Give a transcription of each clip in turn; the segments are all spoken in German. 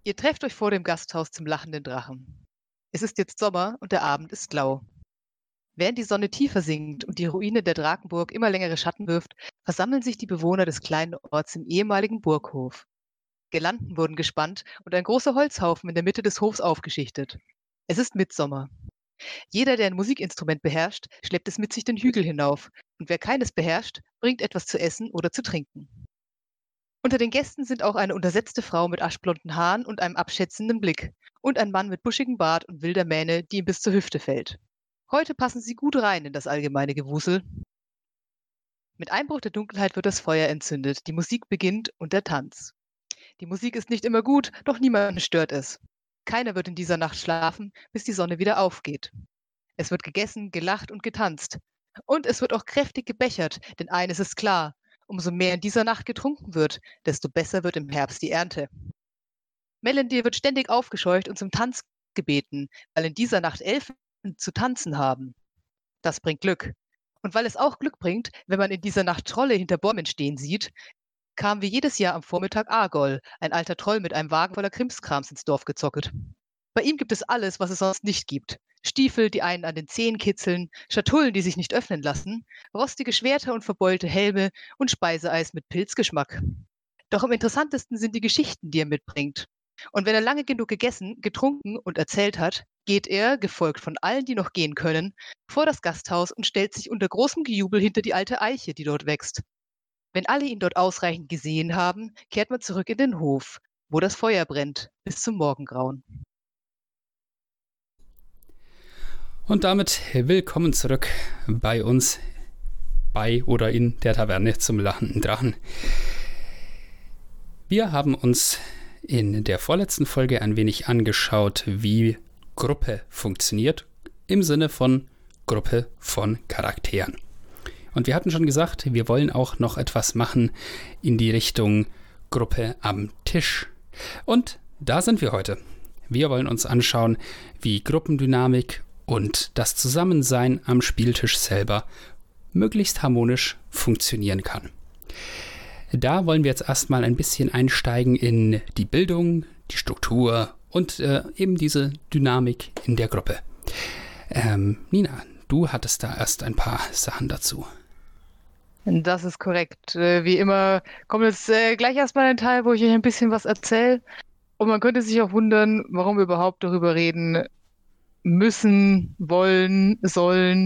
Ihr trefft euch vor dem Gasthaus zum lachenden Drachen. Es ist jetzt Sommer und der Abend ist lau. Während die Sonne tiefer sinkt und die Ruine der Drakenburg immer längere Schatten wirft, versammeln sich die Bewohner des kleinen Orts im ehemaligen Burghof. Girlanden wurden gespannt und ein großer Holzhaufen in der Mitte des Hofs aufgeschichtet. Es ist Mittsommer. Jeder, der ein Musikinstrument beherrscht, schleppt es mit sich den Hügel hinauf, und wer keines beherrscht, bringt etwas zu essen oder zu trinken. Unter den Gästen sind auch eine untersetzte Frau mit aschblonden Haaren und einem abschätzenden Blick und ein Mann mit buschigem Bart und wilder Mähne, die ihm bis zur Hüfte fällt. Heute passen sie gut rein in das allgemeine Gewusel. Mit Einbruch der Dunkelheit wird das Feuer entzündet, die Musik beginnt und der Tanz. Die Musik ist nicht immer gut, doch niemanden stört es. Keiner wird in dieser Nacht schlafen, bis die Sonne wieder aufgeht. Es wird gegessen, gelacht und getanzt. Und es wird auch kräftig gebechert, denn eines ist klar: Umso mehr in dieser Nacht getrunken wird, desto besser wird im Herbst die Ernte. Melendir wird ständig aufgescheucht und zum Tanz gebeten, weil in dieser Nacht Elfen zu tanzen haben. Das bringt Glück. Und weil es auch Glück bringt, wenn man in dieser Nacht Trolle hinter Bäumen stehen sieht, kam wie jedes Jahr am Vormittag Argol, ein alter Troll mit einem Wagen voller Krimskrams, ins Dorf gezockelt. Bei ihm gibt es alles, was es sonst nicht gibt. Stiefel, die einen an den Zehen kitzeln, Schatullen, die sich nicht öffnen lassen, rostige Schwerter und verbeulte Helme und Speiseeis mit Pilzgeschmack. Doch am interessantesten sind die Geschichten, die er mitbringt. Und wenn er lange genug gegessen, getrunken und erzählt hat, geht er, gefolgt von allen, die noch gehen können, vor das Gasthaus und stellt sich unter großem Gejubel hinter die alte Eiche, die dort wächst. Wenn alle ihn dort ausreichend gesehen haben, kehrt man zurück in den Hof, wo das Feuer brennt, bis zum Morgengrauen. Und damit willkommen zurück bei uns, bei oder in der Taverne zum lachenden Drachen. Wir haben uns in der vorletzten Folge ein wenig angeschaut, wie Gruppe funktioniert, im Sinne von Gruppe von Charakteren. Und wir hatten schon gesagt, wir wollen auch noch etwas machen in die Richtung Gruppe am Tisch. Und da sind wir heute. Wir wollen uns anschauen, wie Gruppendynamik und das Zusammensein am Spieltisch selber möglichst harmonisch funktionieren kann. Da wollen wir jetzt erstmal ein bisschen einsteigen in die Bildung, die Struktur und eben diese Dynamik in der Gruppe. Nina, du hattest da erst ein paar Sachen dazu. Das ist korrekt. Wie immer kommt jetzt gleich erstmal ein Teil, wo ich euch ein bisschen was erzähle. Und man könnte sich auch wundern, warum wir überhaupt darüber reden müssen, wollen, sollen,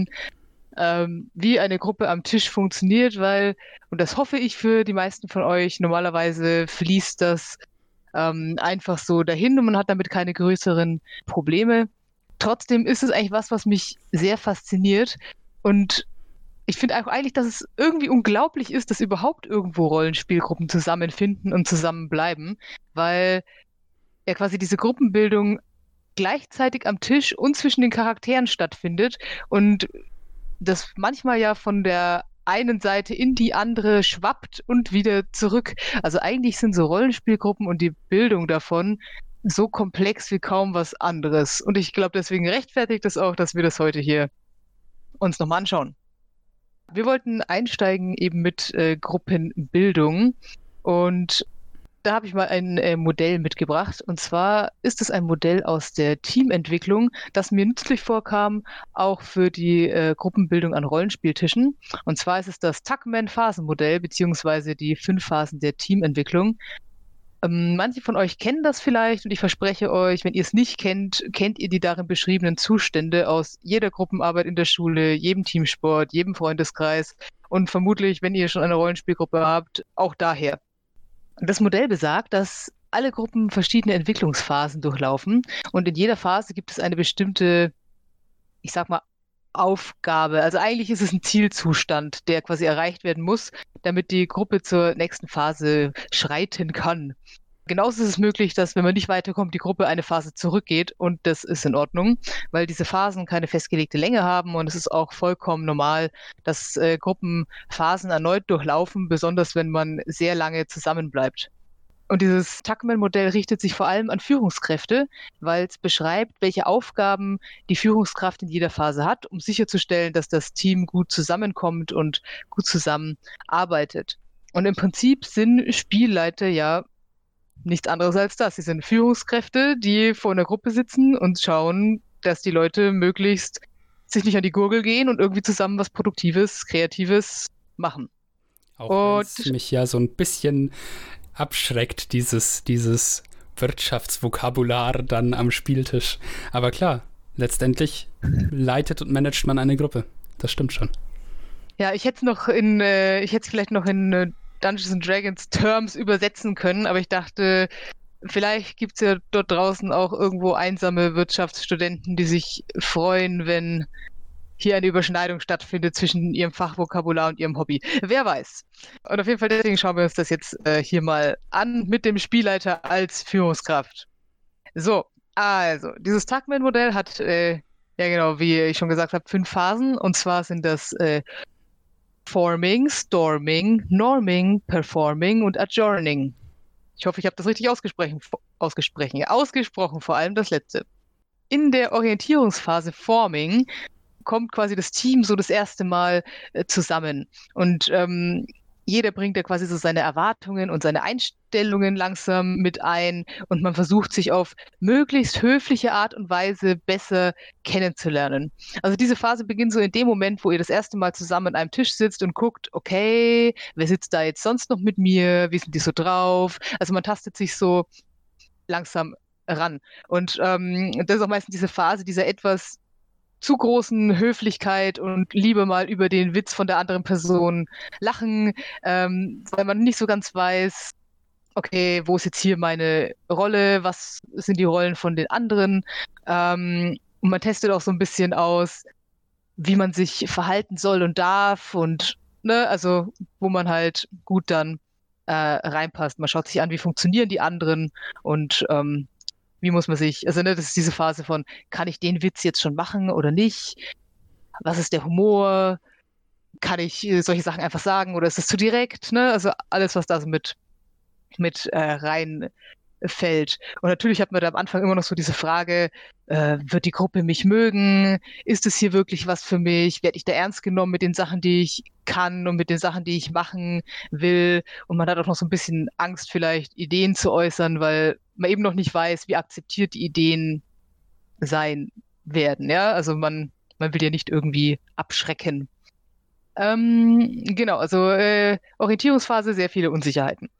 wie eine Gruppe am Tisch funktioniert, weil, und das hoffe ich für die meisten von euch, normalerweise fließt das einfach so dahin und man hat damit keine größeren Probleme. Trotzdem ist es eigentlich was mich sehr fasziniert, und ich finde auch eigentlich, dass es irgendwie unglaublich ist, dass überhaupt irgendwo Rollenspielgruppen zusammenfinden und zusammenbleiben, weil ja quasi diese Gruppenbildung gleichzeitig am Tisch und zwischen den Charakteren stattfindet und das manchmal ja von der einen Seite in die andere schwappt und wieder zurück. Also eigentlich sind so Rollenspielgruppen und die Bildung davon so komplex wie kaum was anderes. Und ich glaube, deswegen rechtfertigt es auch, dass wir das heute hier uns nochmal anschauen. Wir wollten einsteigen eben mit Gruppenbildung, und da habe ich mal ein Modell mitgebracht. Und zwar ist es ein Modell aus der Teamentwicklung, das mir nützlich vorkam, auch für die Gruppenbildung an Rollenspieltischen. Und zwar ist es das Tuckman-Phasenmodell, beziehungsweise die 5 Phasen der Teamentwicklung. Manche von euch kennen das vielleicht, und ich verspreche euch, wenn ihr es nicht kennt, kennt ihr die darin beschriebenen Zustände aus jeder Gruppenarbeit in der Schule, jedem Teamsport, jedem Freundeskreis und vermutlich, wenn ihr schon eine Rollenspielgruppe habt, auch daher. Das Modell besagt, dass alle Gruppen verschiedene Entwicklungsphasen durchlaufen und in jeder Phase gibt es eine bestimmte, ich sag mal, Aufgabe. Also eigentlich ist es ein Zielzustand, der quasi erreicht werden muss, damit die Gruppe zur nächsten Phase schreiten kann. Genauso ist es möglich, dass, wenn man nicht weiterkommt, die Gruppe eine Phase zurückgeht, und das ist in Ordnung, weil diese Phasen keine festgelegte Länge haben, und es ist auch vollkommen normal, dass Gruppen Phasen erneut durchlaufen, besonders wenn man sehr lange zusammenbleibt. Und dieses Tuckman-Modell richtet sich vor allem an Führungskräfte, weil es beschreibt, welche Aufgaben die Führungskraft in jeder Phase hat, um sicherzustellen, dass das Team gut zusammenkommt und gut zusammenarbeitet. Und im Prinzip sind Spielleiter ja nichts anderes als das. Sie sind Führungskräfte, die vor einer Gruppe sitzen und schauen, dass die Leute möglichst sich nicht an die Gurgel gehen und irgendwie zusammen was Produktives, Kreatives machen. Auch wenn es Und mich ja so ein bisschen abschreckt, dieses Wirtschaftsvokabular dann am Spieltisch. Aber klar, letztendlich leitet und managt man eine Gruppe. Das stimmt schon. ja, ich hätte es vielleicht noch in Dungeons and Dragons Terms übersetzen können, aber ich dachte, vielleicht gibt es ja dort draußen auch irgendwo einsame Wirtschaftsstudenten, die sich freuen, wenn hier eine Überschneidung stattfindet zwischen ihrem Fachvokabular und ihrem Hobby. Wer weiß. Und auf jeden Fall deswegen schauen wir uns das jetzt hier mal an mit dem Spielleiter als Führungskraft. So, also, dieses Tuckman-Modell hat, ja genau, wie ich schon gesagt habe, 5 Phasen. Und zwar sind das Forming, Storming, Norming, Performing und Adjourning. Ich hoffe, ich habe das richtig ausgesprochen, vor allem das letzte. In der Orientierungsphase Forming kommt quasi das Team so das erste Mal zusammen. Und jeder bringt da quasi so seine Erwartungen und seine Einstellungen langsam mit ein und man versucht sich auf möglichst höfliche Art und Weise besser kennenzulernen. Also diese Phase beginnt so in dem Moment, wo ihr das erste Mal zusammen an einem Tisch sitzt und guckt, okay, wer sitzt da jetzt sonst noch mit mir? Wie sind die so drauf? Also man tastet sich so langsam ran. Und das ist auch meistens diese Phase dieser etwas zu großen Höflichkeit und Liebe mal über den Witz von der anderen Person lachen, weil man nicht so ganz weiß, okay, wo ist jetzt hier meine Rolle, was sind die Rollen von den anderen? Und man testet auch so ein bisschen aus, wie man sich verhalten soll und darf und ne, also wo man halt gut dann reinpasst. Man schaut sich an, wie funktionieren die anderen und wie muss man sich, also ne, das ist diese Phase von, kann ich den Witz jetzt schon machen oder nicht? Was ist der Humor? Kann ich solche Sachen einfach sagen oder ist es zu direkt? Ne? Also alles, was da so mit reinfällt. Und natürlich hat man da am Anfang immer noch so diese Frage, wird die Gruppe mich mögen? Ist es hier wirklich was für mich? Werde ich da ernst genommen mit den Sachen, die ich kann und mit den Sachen, die ich machen will? Und man hat auch noch so ein bisschen Angst, vielleicht Ideen zu äußern, weil man eben noch nicht weiß, wie akzeptiert die Ideen sein werden. Ja, also man will ja nicht irgendwie abschrecken. Genau, also Orientierungsphase, sehr viele Unsicherheiten.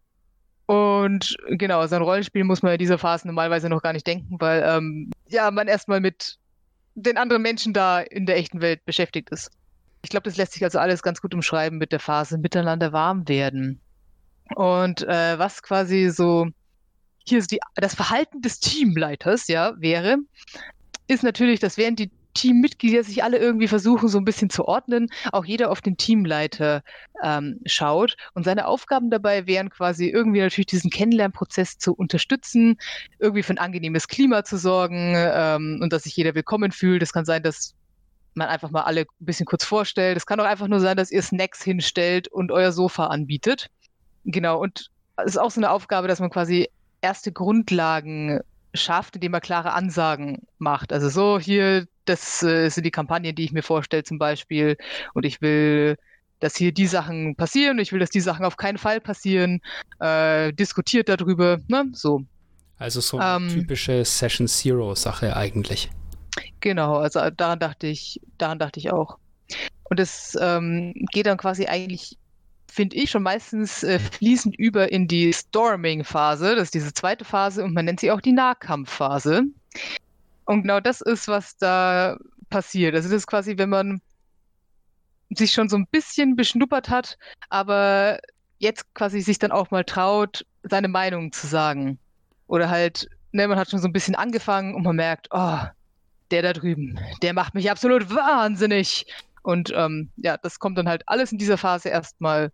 Und genau, also ein Rollenspiel muss man in dieser Phase normalerweise noch gar nicht denken, weil ja, man erstmal mit den anderen Menschen da in der echten Welt beschäftigt ist. Ich glaube, das lässt sich also alles ganz gut umschreiben mit der Phase miteinander warm werden. Und was quasi so hier ist das Verhalten des Teamleiters, ja, wäre, ist natürlich, dass während die Teammitglieder sich alle irgendwie versuchen, so ein bisschen zu ordnen, auch jeder auf den Teamleiter schaut. Und seine Aufgaben dabei wären quasi irgendwie natürlich diesen Kennenlernprozess zu unterstützen, irgendwie für ein angenehmes Klima zu sorgen und dass sich jeder willkommen fühlt. Das kann sein, dass man einfach mal alle ein bisschen kurz vorstellt. Es kann auch einfach nur sein, dass ihr Snacks hinstellt und euer Sofa anbietet. Genau, und es ist auch so eine Aufgabe, dass man quasi erste Grundlagen schafft, indem man klare Ansagen macht. Also so hier, das sind die Kampagnen, die ich mir vorstelle zum Beispiel. Und ich will, dass hier die Sachen passieren. Ich will, dass die Sachen auf keinen Fall passieren. Diskutiert darüber. Ne? So. Also so eine typische Session Zero-Sache eigentlich. Genau, also daran dachte ich auch. Und es geht dann quasi eigentlich, finde ich, schon meistens fließend über in die Storming-Phase. Das ist diese zweite Phase und man nennt sie auch die Nahkampfphase. Und genau das ist, was da passiert. Also das ist quasi, wenn man sich schon so ein bisschen beschnuppert hat, aber jetzt quasi sich dann auch mal traut, seine Meinung zu sagen. Oder halt, ne, man hat schon so ein bisschen angefangen und man merkt, oh, der da drüben, der macht mich absolut wahnsinnig. Und ja, das kommt dann halt alles in dieser Phase erstmal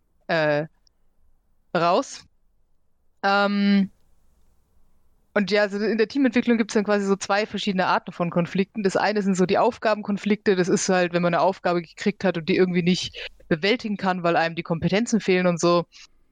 raus. Ähm, und ja, also in der Teamentwicklung gibt es dann quasi so 2 verschiedene Arten von Konflikten. Das eine sind so die Aufgabenkonflikte. Das ist halt, wenn man eine Aufgabe gekriegt hat und die irgendwie nicht bewältigen kann, weil einem die Kompetenzen fehlen und so.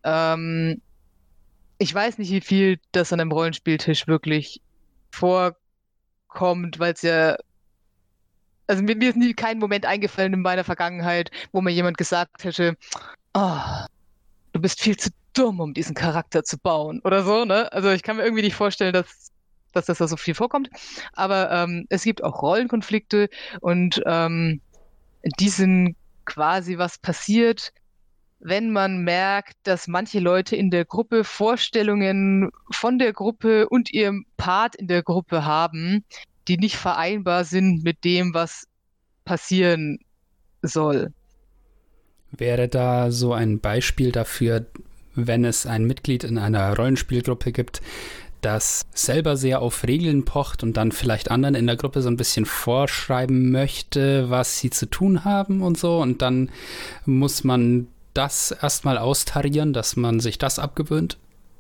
Ich weiß nicht, wie viel das an einem Rollenspieltisch wirklich vorkommt, weil es ja, also mir ist nie kein Moment eingefallen in meiner Vergangenheit, wo mir jemand gesagt hätte, oh, du dumm, um diesen Charakter zu bauen oder so, ne? Also ich kann mir irgendwie nicht vorstellen, dass das da so viel vorkommt. Aber es gibt auch Rollenkonflikte und die sind quasi, was passiert, wenn man merkt, dass manche Leute in der Gruppe Vorstellungen von der Gruppe und ihrem Part in der Gruppe haben, die nicht vereinbar sind mit dem, was passieren soll. Wäre da so ein Beispiel dafür, wenn es ein Mitglied in einer Rollenspielgruppe gibt, das selber sehr auf Regeln pocht und dann vielleicht anderen in der Gruppe so ein bisschen vorschreiben möchte, was sie zu tun haben und so, und dann muss man das erstmal austarieren, dass man sich das abgewöhnt?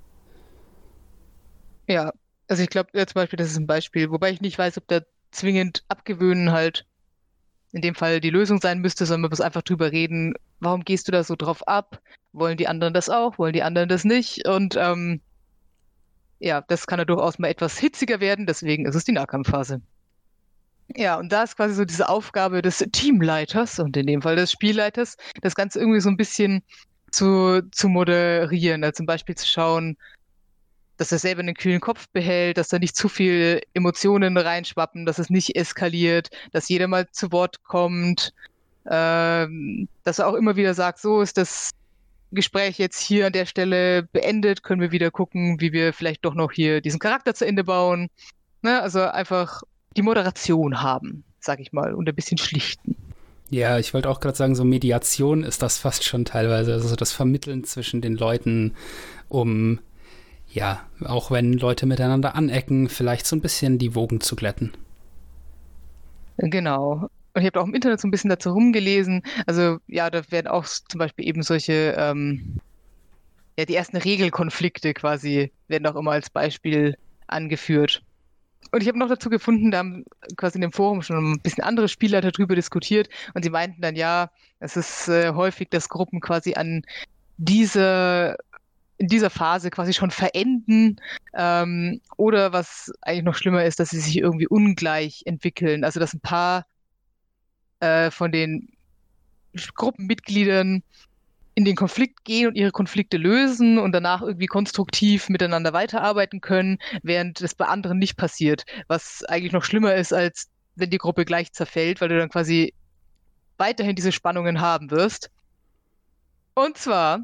Ja, also ich glaube, zum Beispiel, das ist ein Beispiel, wobei ich nicht weiß, ob da zwingend abgewöhnen halt in dem Fall die Lösung sein müsste, sondern man muss einfach drüber reden, warum gehst du da so drauf ab? Wollen die anderen das auch? Wollen die anderen das nicht? Und ja, das kann ja durchaus mal etwas hitziger werden, deswegen ist es die Nahkampfphase. Ja, und da ist quasi so diese Aufgabe des Teamleiters und in dem Fall des Spielleiters, das Ganze irgendwie so ein bisschen zu moderieren, also zum Beispiel zu schauen, dass er selber einen kühlen Kopf behält, dass da nicht zu viel Emotionen reinschwappen, dass es nicht eskaliert, dass jeder mal zu Wort kommt, dass er auch immer wieder sagt, so ist das Gespräch jetzt hier an der Stelle beendet, können wir wieder gucken, wie wir vielleicht doch noch hier diesen Charakter zu Ende bauen. Ne? Also einfach die Moderation haben, sag ich mal, und ein bisschen schlichten. Ja, ich wollte auch gerade sagen, so Mediation ist das fast schon teilweise, also so das Vermitteln zwischen den Leuten, um, ja, auch wenn Leute miteinander anecken, vielleicht so ein bisschen die Wogen zu glätten. Genau. Und ich habe auch im Internet so ein bisschen dazu rumgelesen. Also ja, da werden auch zum Beispiel eben solche, ja, die ersten Regelkonflikte quasi werden auch immer als Beispiel angeführt. Und ich habe noch dazu gefunden, da haben quasi in dem Forum schon ein bisschen andere Spieler darüber diskutiert und sie meinten dann, ja, es ist häufig, dass Gruppen quasi dieser, in dieser Phase quasi schon verenden oder was eigentlich noch schlimmer ist, dass sie sich irgendwie ungleich entwickeln. Also dass ein paar von den Gruppenmitgliedern in den Konflikt gehen und ihre Konflikte lösen und danach irgendwie konstruktiv miteinander weiterarbeiten können, während das bei anderen nicht passiert, was eigentlich noch schlimmer ist, als wenn die Gruppe gleich zerfällt, weil du dann quasi weiterhin diese Spannungen haben wirst. Und zwar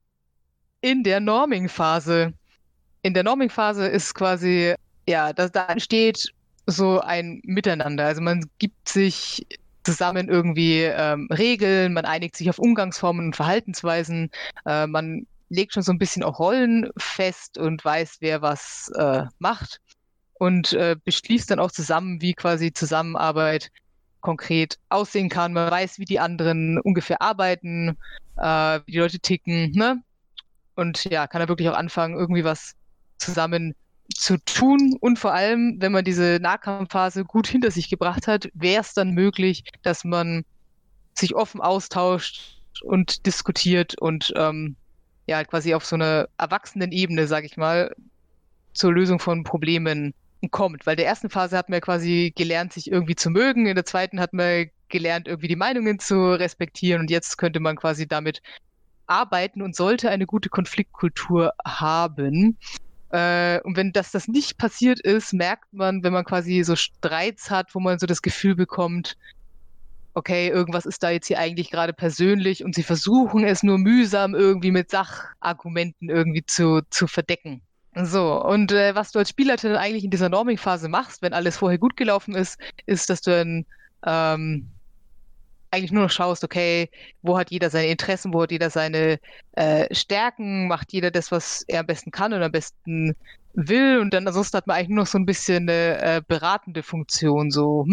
in der Norming-Phase. In der Norming-Phase ist quasi, ja, da entsteht so ein Miteinander. Also man gibt sich zusammen irgendwie Regeln, man einigt sich auf Umgangsformen und Verhaltensweisen, man legt schon so ein bisschen auch Rollen fest und weiß, wer was macht und beschließt dann auch zusammen, wie quasi Zusammenarbeit konkret aussehen kann. Man weiß, wie die anderen ungefähr arbeiten, wie die Leute ticken, ne? Und ja, kann da wirklich auch anfangen, irgendwie was zusammen zu tun. Und vor allem, wenn man diese Nahkampfphase gut hinter sich gebracht hat, wäre es dann möglich, dass man sich offen austauscht und diskutiert und ja, quasi auf so einer erwachsenen Ebene, sag ich mal, zur Lösung von Problemen kommt. Weil in der ersten Phase hat man ja quasi gelernt, sich irgendwie zu mögen. In der zweiten hat man gelernt, irgendwie die Meinungen zu respektieren. Und jetzt könnte man quasi damit arbeiten und sollte eine gute Konfliktkultur haben. Und wenn das nicht passiert ist, merkt man, wenn man quasi so Streits hat, wo man so das Gefühl bekommt, okay, irgendwas ist da jetzt hier eigentlich gerade persönlich und sie versuchen es nur mühsam irgendwie mit Sachargumenten irgendwie zu verdecken. So, und was du als Spielleiter dann eigentlich in dieser Norming-Phase machst, wenn alles vorher gut gelaufen ist, dass du dann eigentlich nur noch schaust, okay, wo hat jeder seine Interessen, wo hat jeder seine Stärken, macht jeder das, was er am besten kann und am besten will. Und dann ansonsten hat man eigentlich nur noch so ein bisschen eine beratende Funktion, so,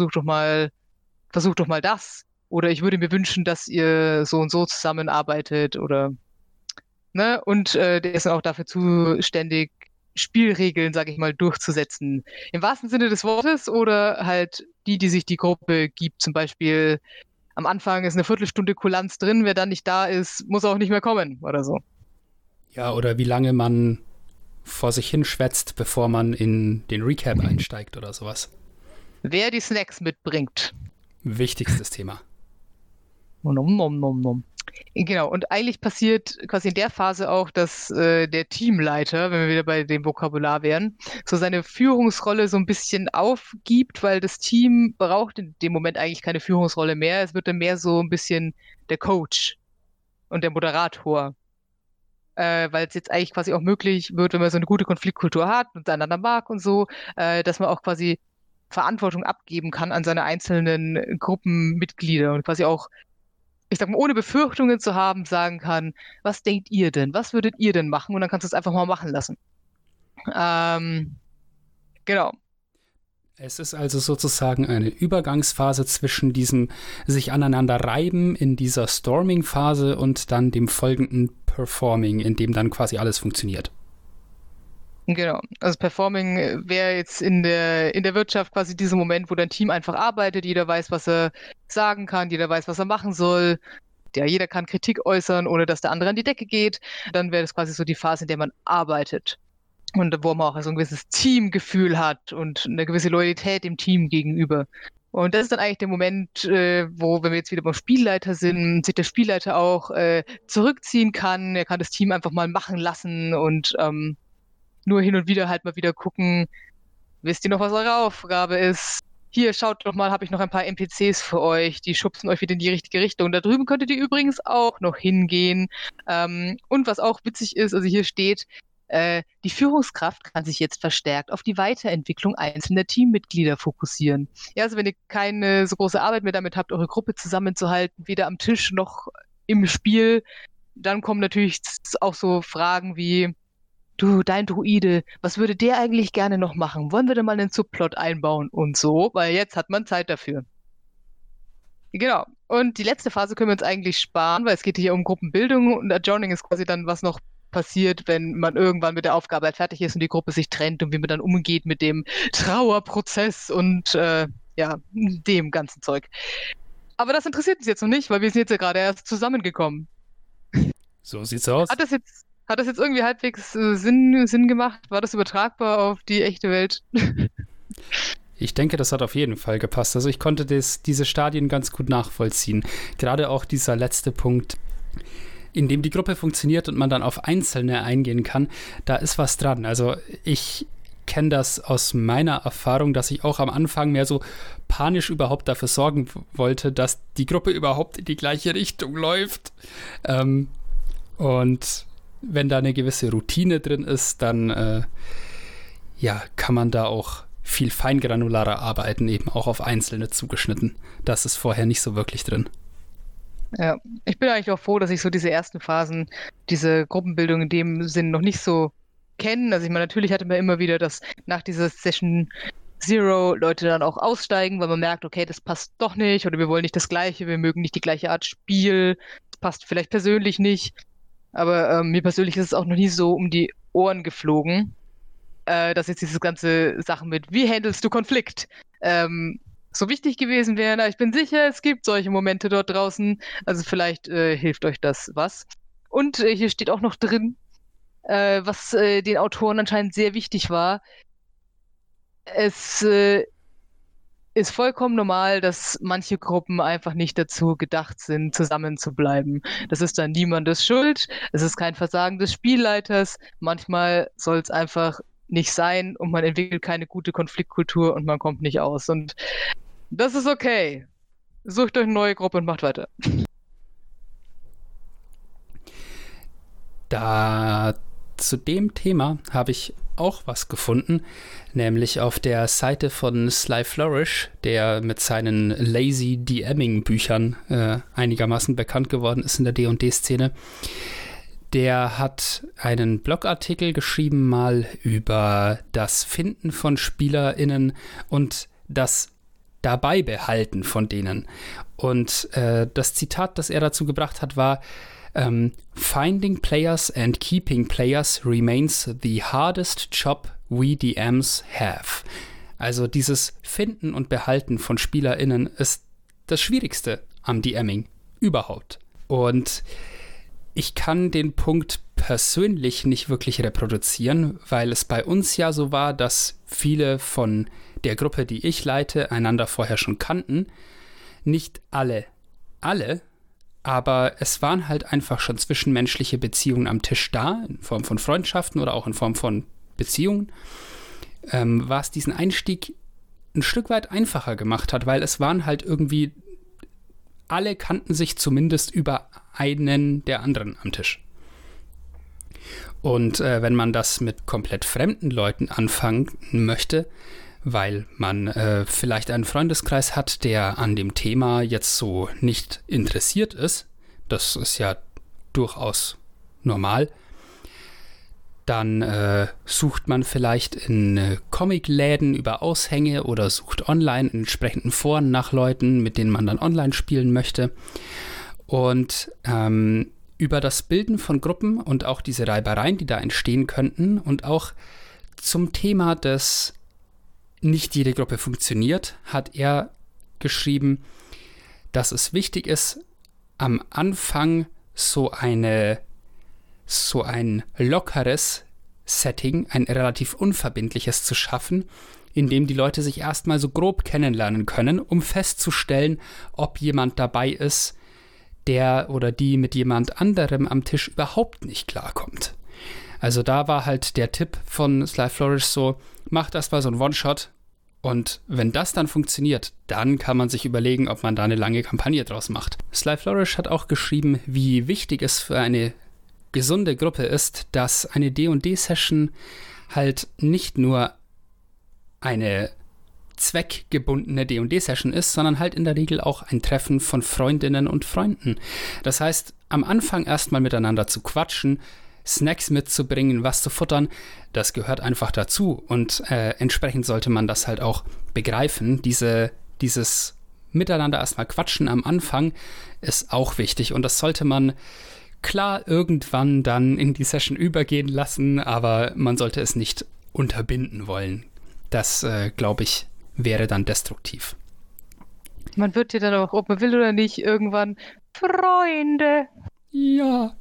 versuch doch mal das. Oder ich würde mir wünschen, dass ihr so und so zusammenarbeitet oder, ne? Und der ist dann auch dafür zuständig, Spielregeln, sage ich mal, durchzusetzen. Im wahrsten Sinne des Wortes oder halt die sich die Gruppe gibt, zum Beispiel am Anfang ist eine Viertelstunde Kulanz drin, wer dann nicht da ist, muss auch nicht mehr kommen oder so. Ja, oder wie lange man vor sich hin schwätzt, bevor man in den Recap einsteigt oder sowas. Wer die Snacks mitbringt. Wichtigstes Thema. Nom, nom, nom, nom. Genau, und eigentlich passiert quasi in der Phase auch, dass der Teamleiter, wenn wir wieder bei dem Vokabular wären, so seine Führungsrolle so ein bisschen aufgibt, weil das Team braucht in dem Moment eigentlich keine Führungsrolle mehr. Es wird dann mehr so ein bisschen der Coach und der Moderator, weil es jetzt eigentlich quasi auch möglich wird, wenn man so eine gute Konfliktkultur hat und einander mag und so, dass man auch quasi Verantwortung abgeben kann an seine einzelnen Gruppenmitglieder und quasi auch, ich sag mal, ohne Befürchtungen zu haben, sagen kann, was denkt ihr denn? Was würdet ihr denn machen? Und dann kannst du es einfach mal machen lassen. Ähm, genau. Es ist also sozusagen eine Übergangsphase zwischen diesem sich aneinander reiben in dieser Storming-Phase und dann dem folgenden Performing, in dem dann quasi alles funktioniert. Genau. Also Performing wäre jetzt in der Wirtschaft quasi dieser Moment, wo dein Team einfach arbeitet, jeder weiß, was er sagen kann, jeder weiß, was er machen soll. Ja, jeder kann Kritik äußern, ohne dass der andere an die Decke geht. Dann wäre das quasi so die Phase, in der man arbeitet. Und wo man auch so ein gewisses Teamgefühl hat und eine gewisse Loyalität dem Team gegenüber. Und das ist dann eigentlich der Moment, wo, wenn wir jetzt wieder beim Spielleiter sind, sich der Spielleiter auch zurückziehen kann. Er kann das Team einfach mal machen lassen und nur hin und wieder halt mal wieder gucken, wisst ihr noch, was eure Aufgabe ist? Hier, schaut doch mal, habe ich noch ein paar NPCs für euch, die schubsen euch wieder in die richtige Richtung. Da drüben könntet ihr übrigens auch noch hingehen. Und was auch witzig ist, also hier steht, die Führungskraft kann sich jetzt verstärkt auf die Weiterentwicklung einzelner Teammitglieder fokussieren. Ja, also wenn ihr keine so große Arbeit mehr damit habt, eure Gruppe zusammenzuhalten, weder am Tisch noch im Spiel, dann kommen natürlich auch so Fragen wie, du, dein Druide, was würde der eigentlich gerne noch machen? Wollen wir denn mal einen Subplot einbauen und so? Weil jetzt hat man Zeit dafür. Genau. Und die letzte Phase können wir uns eigentlich sparen, weil es geht hier um Gruppenbildung und Adjourning ist quasi dann, was noch passiert, wenn man irgendwann mit der Aufgabe halt fertig ist und die Gruppe sich trennt und wie man dann umgeht mit dem Trauerprozess und ja, dem ganzen Zeug. Aber das interessiert uns jetzt noch nicht, weil wir sind jetzt ja gerade erst zusammengekommen. So sieht's aus. Hat das jetzt irgendwie halbwegs Sinn gemacht? War das übertragbar auf die echte Welt? Ich denke, das hat auf jeden Fall gepasst. Also ich konnte diese Stadien ganz gut nachvollziehen. Gerade auch dieser letzte Punkt, in dem die Gruppe funktioniert und man dann auf Einzelne eingehen kann, da ist was dran. Also ich kenne das aus meiner Erfahrung, dass ich auch am Anfang mehr so panisch überhaupt dafür sorgen wollte, dass die Gruppe überhaupt in die gleiche Richtung läuft. Und wenn da eine gewisse Routine drin ist, dann ja, kann man da auch viel feingranularer arbeiten, eben auch auf Einzelne zugeschnitten. Das ist vorher nicht so wirklich drin. Ja, ich bin eigentlich auch froh, dass ich so diese ersten Phasen, diese Gruppenbildung in dem Sinn noch nicht so kenne. Also ich meine, natürlich hatte man immer wieder, dass nach dieser Session Zero Leute dann auch aussteigen, weil man merkt, okay, das passt doch nicht oder wir wollen nicht das Gleiche, wir mögen nicht die gleiche Art Spiel, das passt vielleicht persönlich nicht. Aber mir persönlich ist es auch noch nie so um die Ohren geflogen, dass jetzt diese ganze Sachen mit, wie handelst du Konflikt, so wichtig gewesen wären. Aber ich bin sicher, es gibt solche Momente dort draußen. Also vielleicht hilft euch das was. Und hier steht auch noch drin, was den Autoren anscheinend sehr wichtig war. Es ist vollkommen normal, dass manche Gruppen einfach nicht dazu gedacht sind, zusammen zu bleiben. Das ist dann niemandes Schuld. Es ist kein Versagen des Spielleiters. Manchmal soll es einfach nicht sein und man entwickelt keine gute Konfliktkultur und man kommt nicht aus. Und das ist okay. Sucht euch eine neue Gruppe und macht weiter. Zu dem Thema habe ich auch was gefunden, nämlich auf der Seite von Sly Flourish, der mit seinen Lazy DMing Büchern einigermaßen bekannt geworden ist in der D&D-Szene. Der hat einen Blogartikel geschrieben mal über das Finden von SpielerInnen und das Dabeibehalten von denen. Und das Zitat, das er dazu gebracht hat, war: Finding players and keeping players remains the hardest job we DMs have. Also dieses Finden und Behalten von SpielerInnen ist das Schwierigste am DMing überhaupt. Und ich kann den Punkt persönlich nicht wirklich reproduzieren, weil es bei uns ja so war, dass viele von der Gruppe, die ich leite, einander vorher schon kannten. Nicht alle, aber es waren halt einfach schon zwischenmenschliche Beziehungen am Tisch da, in Form von Freundschaften oder auch in Form von Beziehungen, war es diesen Einstieg ein Stück weit einfacher gemacht hat, weil es waren halt irgendwie, alle kannten sich zumindest über einen der anderen am Tisch. Und wenn man das mit komplett fremden Leuten anfangen möchte, weil man vielleicht einen Freundeskreis hat, der an dem Thema jetzt so nicht interessiert ist, das ist ja durchaus normal, dann sucht man vielleicht in Comicläden über Aushänge oder sucht online in entsprechenden Foren nach Leuten, mit denen man dann online spielen möchte. Und über das Bilden von Gruppen und auch diese Reibereien, die da entstehen könnten und auch zum Thema des nicht jede Gruppe funktioniert, hat er geschrieben, dass es wichtig ist, am Anfang so ein lockeres Setting, ein relativ unverbindliches zu schaffen, in dem die Leute sich erstmal so grob kennenlernen können, um festzustellen, ob jemand dabei ist, der oder die mit jemand anderem am Tisch überhaupt nicht klarkommt. Also da war halt der Tipp von Sly Flourish so, macht erstmal so ein One-Shot und wenn das dann funktioniert, dann kann man sich überlegen, ob man da eine lange Kampagne draus macht. Sly Flourish hat auch geschrieben, wie wichtig es für eine gesunde Gruppe ist, dass eine D&D-Session halt nicht nur eine zweckgebundene D&D-Session ist, sondern halt in der Regel auch ein Treffen von Freundinnen und Freunden. Das heißt, am Anfang erstmal miteinander zu quatschen, Snacks mitzubringen, was zu futtern, das gehört einfach dazu und entsprechend sollte man das halt auch begreifen. Dieses Miteinander erstmal quatschen am Anfang ist auch wichtig und das sollte man klar irgendwann dann in die Session übergehen lassen, aber man sollte es nicht unterbinden wollen. Das, glaube ich, wäre dann destruktiv. Man wird ja dann auch, ob man will oder nicht, irgendwann Freunde. Ja.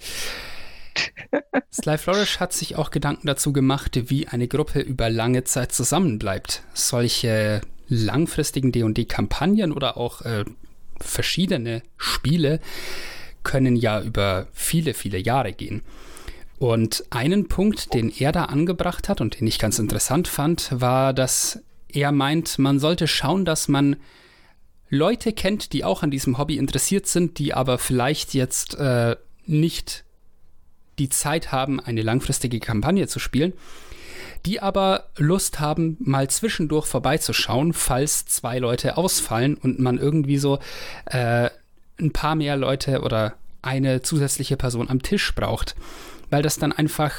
Sly Flourish hat sich auch Gedanken dazu gemacht, wie eine Gruppe über lange Zeit zusammenbleibt. Solche langfristigen D&D-Kampagnen oder auch verschiedene Spiele können ja über viele, viele Jahre gehen. Und einen Punkt, den er da angebracht hat und den ich ganz interessant fand, war, dass er meint, man sollte schauen, dass man Leute kennt, die auch an diesem Hobby interessiert sind, die aber vielleicht jetzt nicht die Zeit haben, eine langfristige Kampagne zu spielen, die aber Lust haben, mal zwischendurch vorbeizuschauen, falls 2 Leute ausfallen und man irgendwie so ein paar mehr Leute oder eine zusätzliche Person am Tisch braucht. Weil das dann einfach,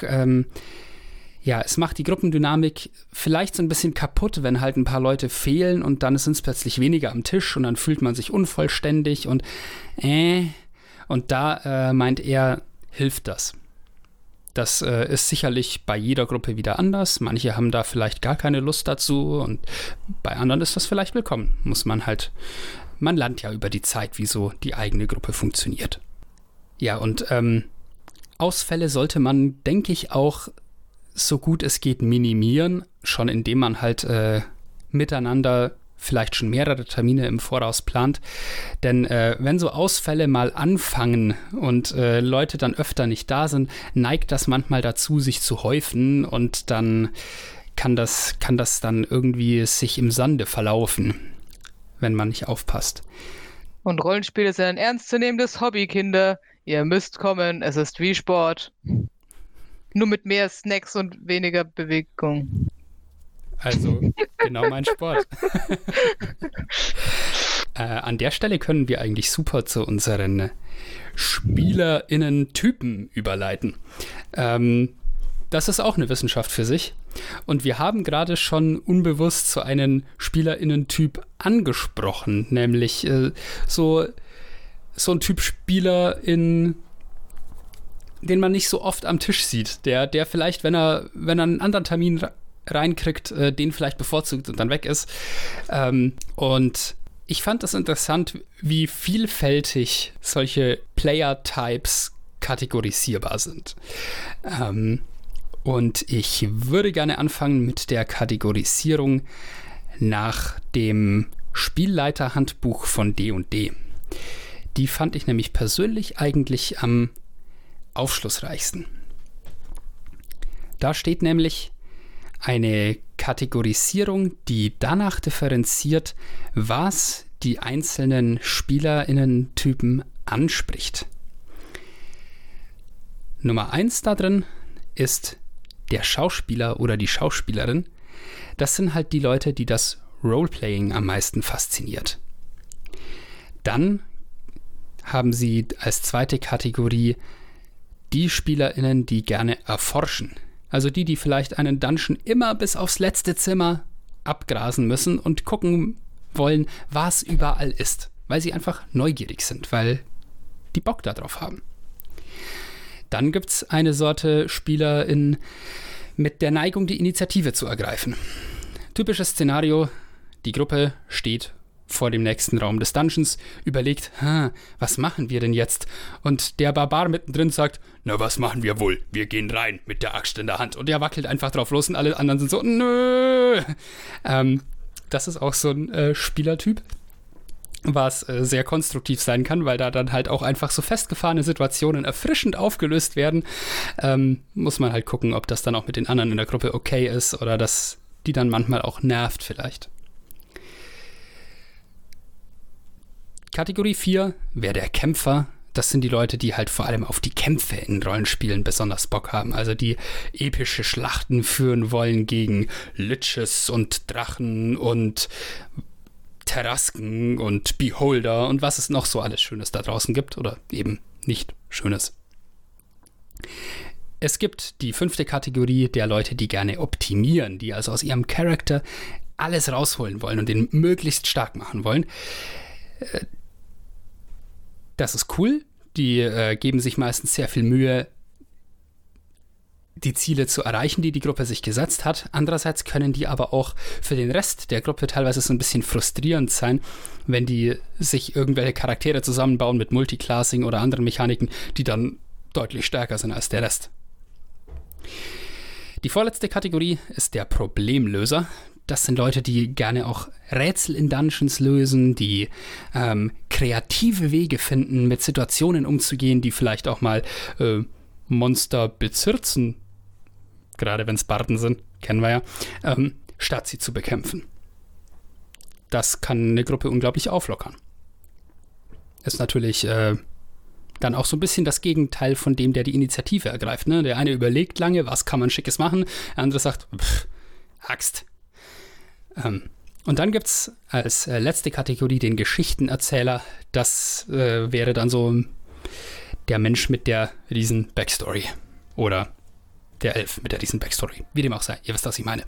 es macht die Gruppendynamik vielleicht so ein bisschen kaputt, wenn halt ein paar Leute fehlen und dann sind es plötzlich weniger am Tisch und dann fühlt man sich unvollständig und da meint er, hilft das. Das ist sicherlich bei jeder Gruppe wieder anders. Manche haben da vielleicht gar keine Lust dazu und bei anderen ist das vielleicht willkommen. Man lernt ja über die Zeit, wie so die eigene Gruppe funktioniert. Ja, und Ausfälle sollte man, denke ich, auch so gut es geht minimieren, schon indem man halt miteinander vielleicht schon mehrere Termine im Voraus plant. Denn wenn so Ausfälle mal anfangen und Leute dann öfter nicht da sind, neigt das manchmal dazu, sich zu häufen und dann kann das dann irgendwie sich im Sande verlaufen, wenn man nicht aufpasst. Und Rollenspiele sind ein ernstzunehmendes Hobby, Kinder. Ihr müsst kommen, es ist wie Sport. Nur mit mehr Snacks und weniger Bewegung. Also genau mein Sport. An der Stelle können wir eigentlich super zu unseren SpielerInnen-Typen überleiten. Das ist auch eine Wissenschaft für sich. Und wir haben gerade schon unbewusst so einen SpielerInnen-Typ angesprochen, nämlich so ein Typ SpielerIn, den man nicht so oft am Tisch sieht, der vielleicht, wenn er einen anderen Termin reinkriegt, den vielleicht bevorzugt und dann weg ist. Und ich fand das interessant, wie vielfältig solche Player-Types kategorisierbar sind. Und ich würde gerne anfangen mit der Kategorisierung nach dem Spielleiterhandbuch von D&D. Die fand ich nämlich persönlich eigentlich am aufschlussreichsten. Da steht nämlich eine Kategorisierung, die danach differenziert, was die einzelnen SpielerInnen-Typen anspricht. Nummer 1 da drin ist der Schauspieler oder die Schauspielerin. Das sind halt die Leute, die das Roleplaying am meisten fasziniert. Dann haben sie als zweite Kategorie die SpielerInnen, die gerne erforschen. Also die vielleicht einen Dungeon immer bis aufs letzte Zimmer abgrasen müssen und gucken wollen, was überall ist. Weil sie einfach neugierig sind, weil die Bock darauf haben. Dann gibt es eine Sorte SpielerInnen mit der Neigung, die Initiative zu ergreifen. Typisches Szenario, die Gruppe steht vor dem nächsten Raum des Dungeons, überlegt, was machen wir denn jetzt? Und der Barbar mittendrin sagt, na, was machen wir wohl? Wir gehen rein mit der Axt in der Hand. Und er wackelt einfach drauf los und alle anderen sind so, nö. Das ist auch so ein Spielertyp, was sehr konstruktiv sein kann, weil da dann halt auch einfach so festgefahrene Situationen erfrischend aufgelöst werden. Muss man halt gucken, ob das dann auch mit den anderen in der Gruppe okay ist oder dass die dann manchmal auch nervt vielleicht. Kategorie 4 wäre der Kämpfer. Das sind die Leute, die halt vor allem auf die Kämpfe in Rollenspielen besonders Bock haben. Also die epische Schlachten führen wollen gegen Liches und Drachen und Terrasken und Beholder und was es noch so alles Schönes da draußen gibt oder eben nicht Schönes. Es gibt die 5. Kategorie der Leute, die gerne optimieren, die also aus ihrem Charakter alles rausholen wollen und den möglichst stark machen wollen. Das ist cool. Die geben sich meistens sehr viel Mühe, die Ziele zu erreichen, die die Gruppe sich gesetzt hat. Andererseits können die aber auch für den Rest der Gruppe teilweise so ein bisschen frustrierend sein, wenn die sich irgendwelche Charaktere zusammenbauen mit Multiclassing oder anderen Mechaniken, die dann deutlich stärker sind als der Rest. Die vorletzte Kategorie ist der Problemlöser. Das sind Leute, die gerne auch Rätsel in Dungeons lösen, die kreative Wege finden, mit Situationen umzugehen, die vielleicht auch mal Monster bezirzen, gerade wenn es Barden sind, kennen wir ja, statt sie zu bekämpfen. Das kann eine Gruppe unglaublich auflockern. Ist natürlich dann auch so ein bisschen das Gegenteil von dem, der die Initiative ergreift. Ne? Der eine überlegt lange, was kann man Schickes machen, der andere sagt, Axt. Und dann gibt es als letzte Kategorie den Geschichtenerzähler. Das wäre dann so der Mensch mit der riesen Backstory. Oder der Elf mit der riesen Backstory. Wie dem auch sei. Ihr wisst, was ich meine.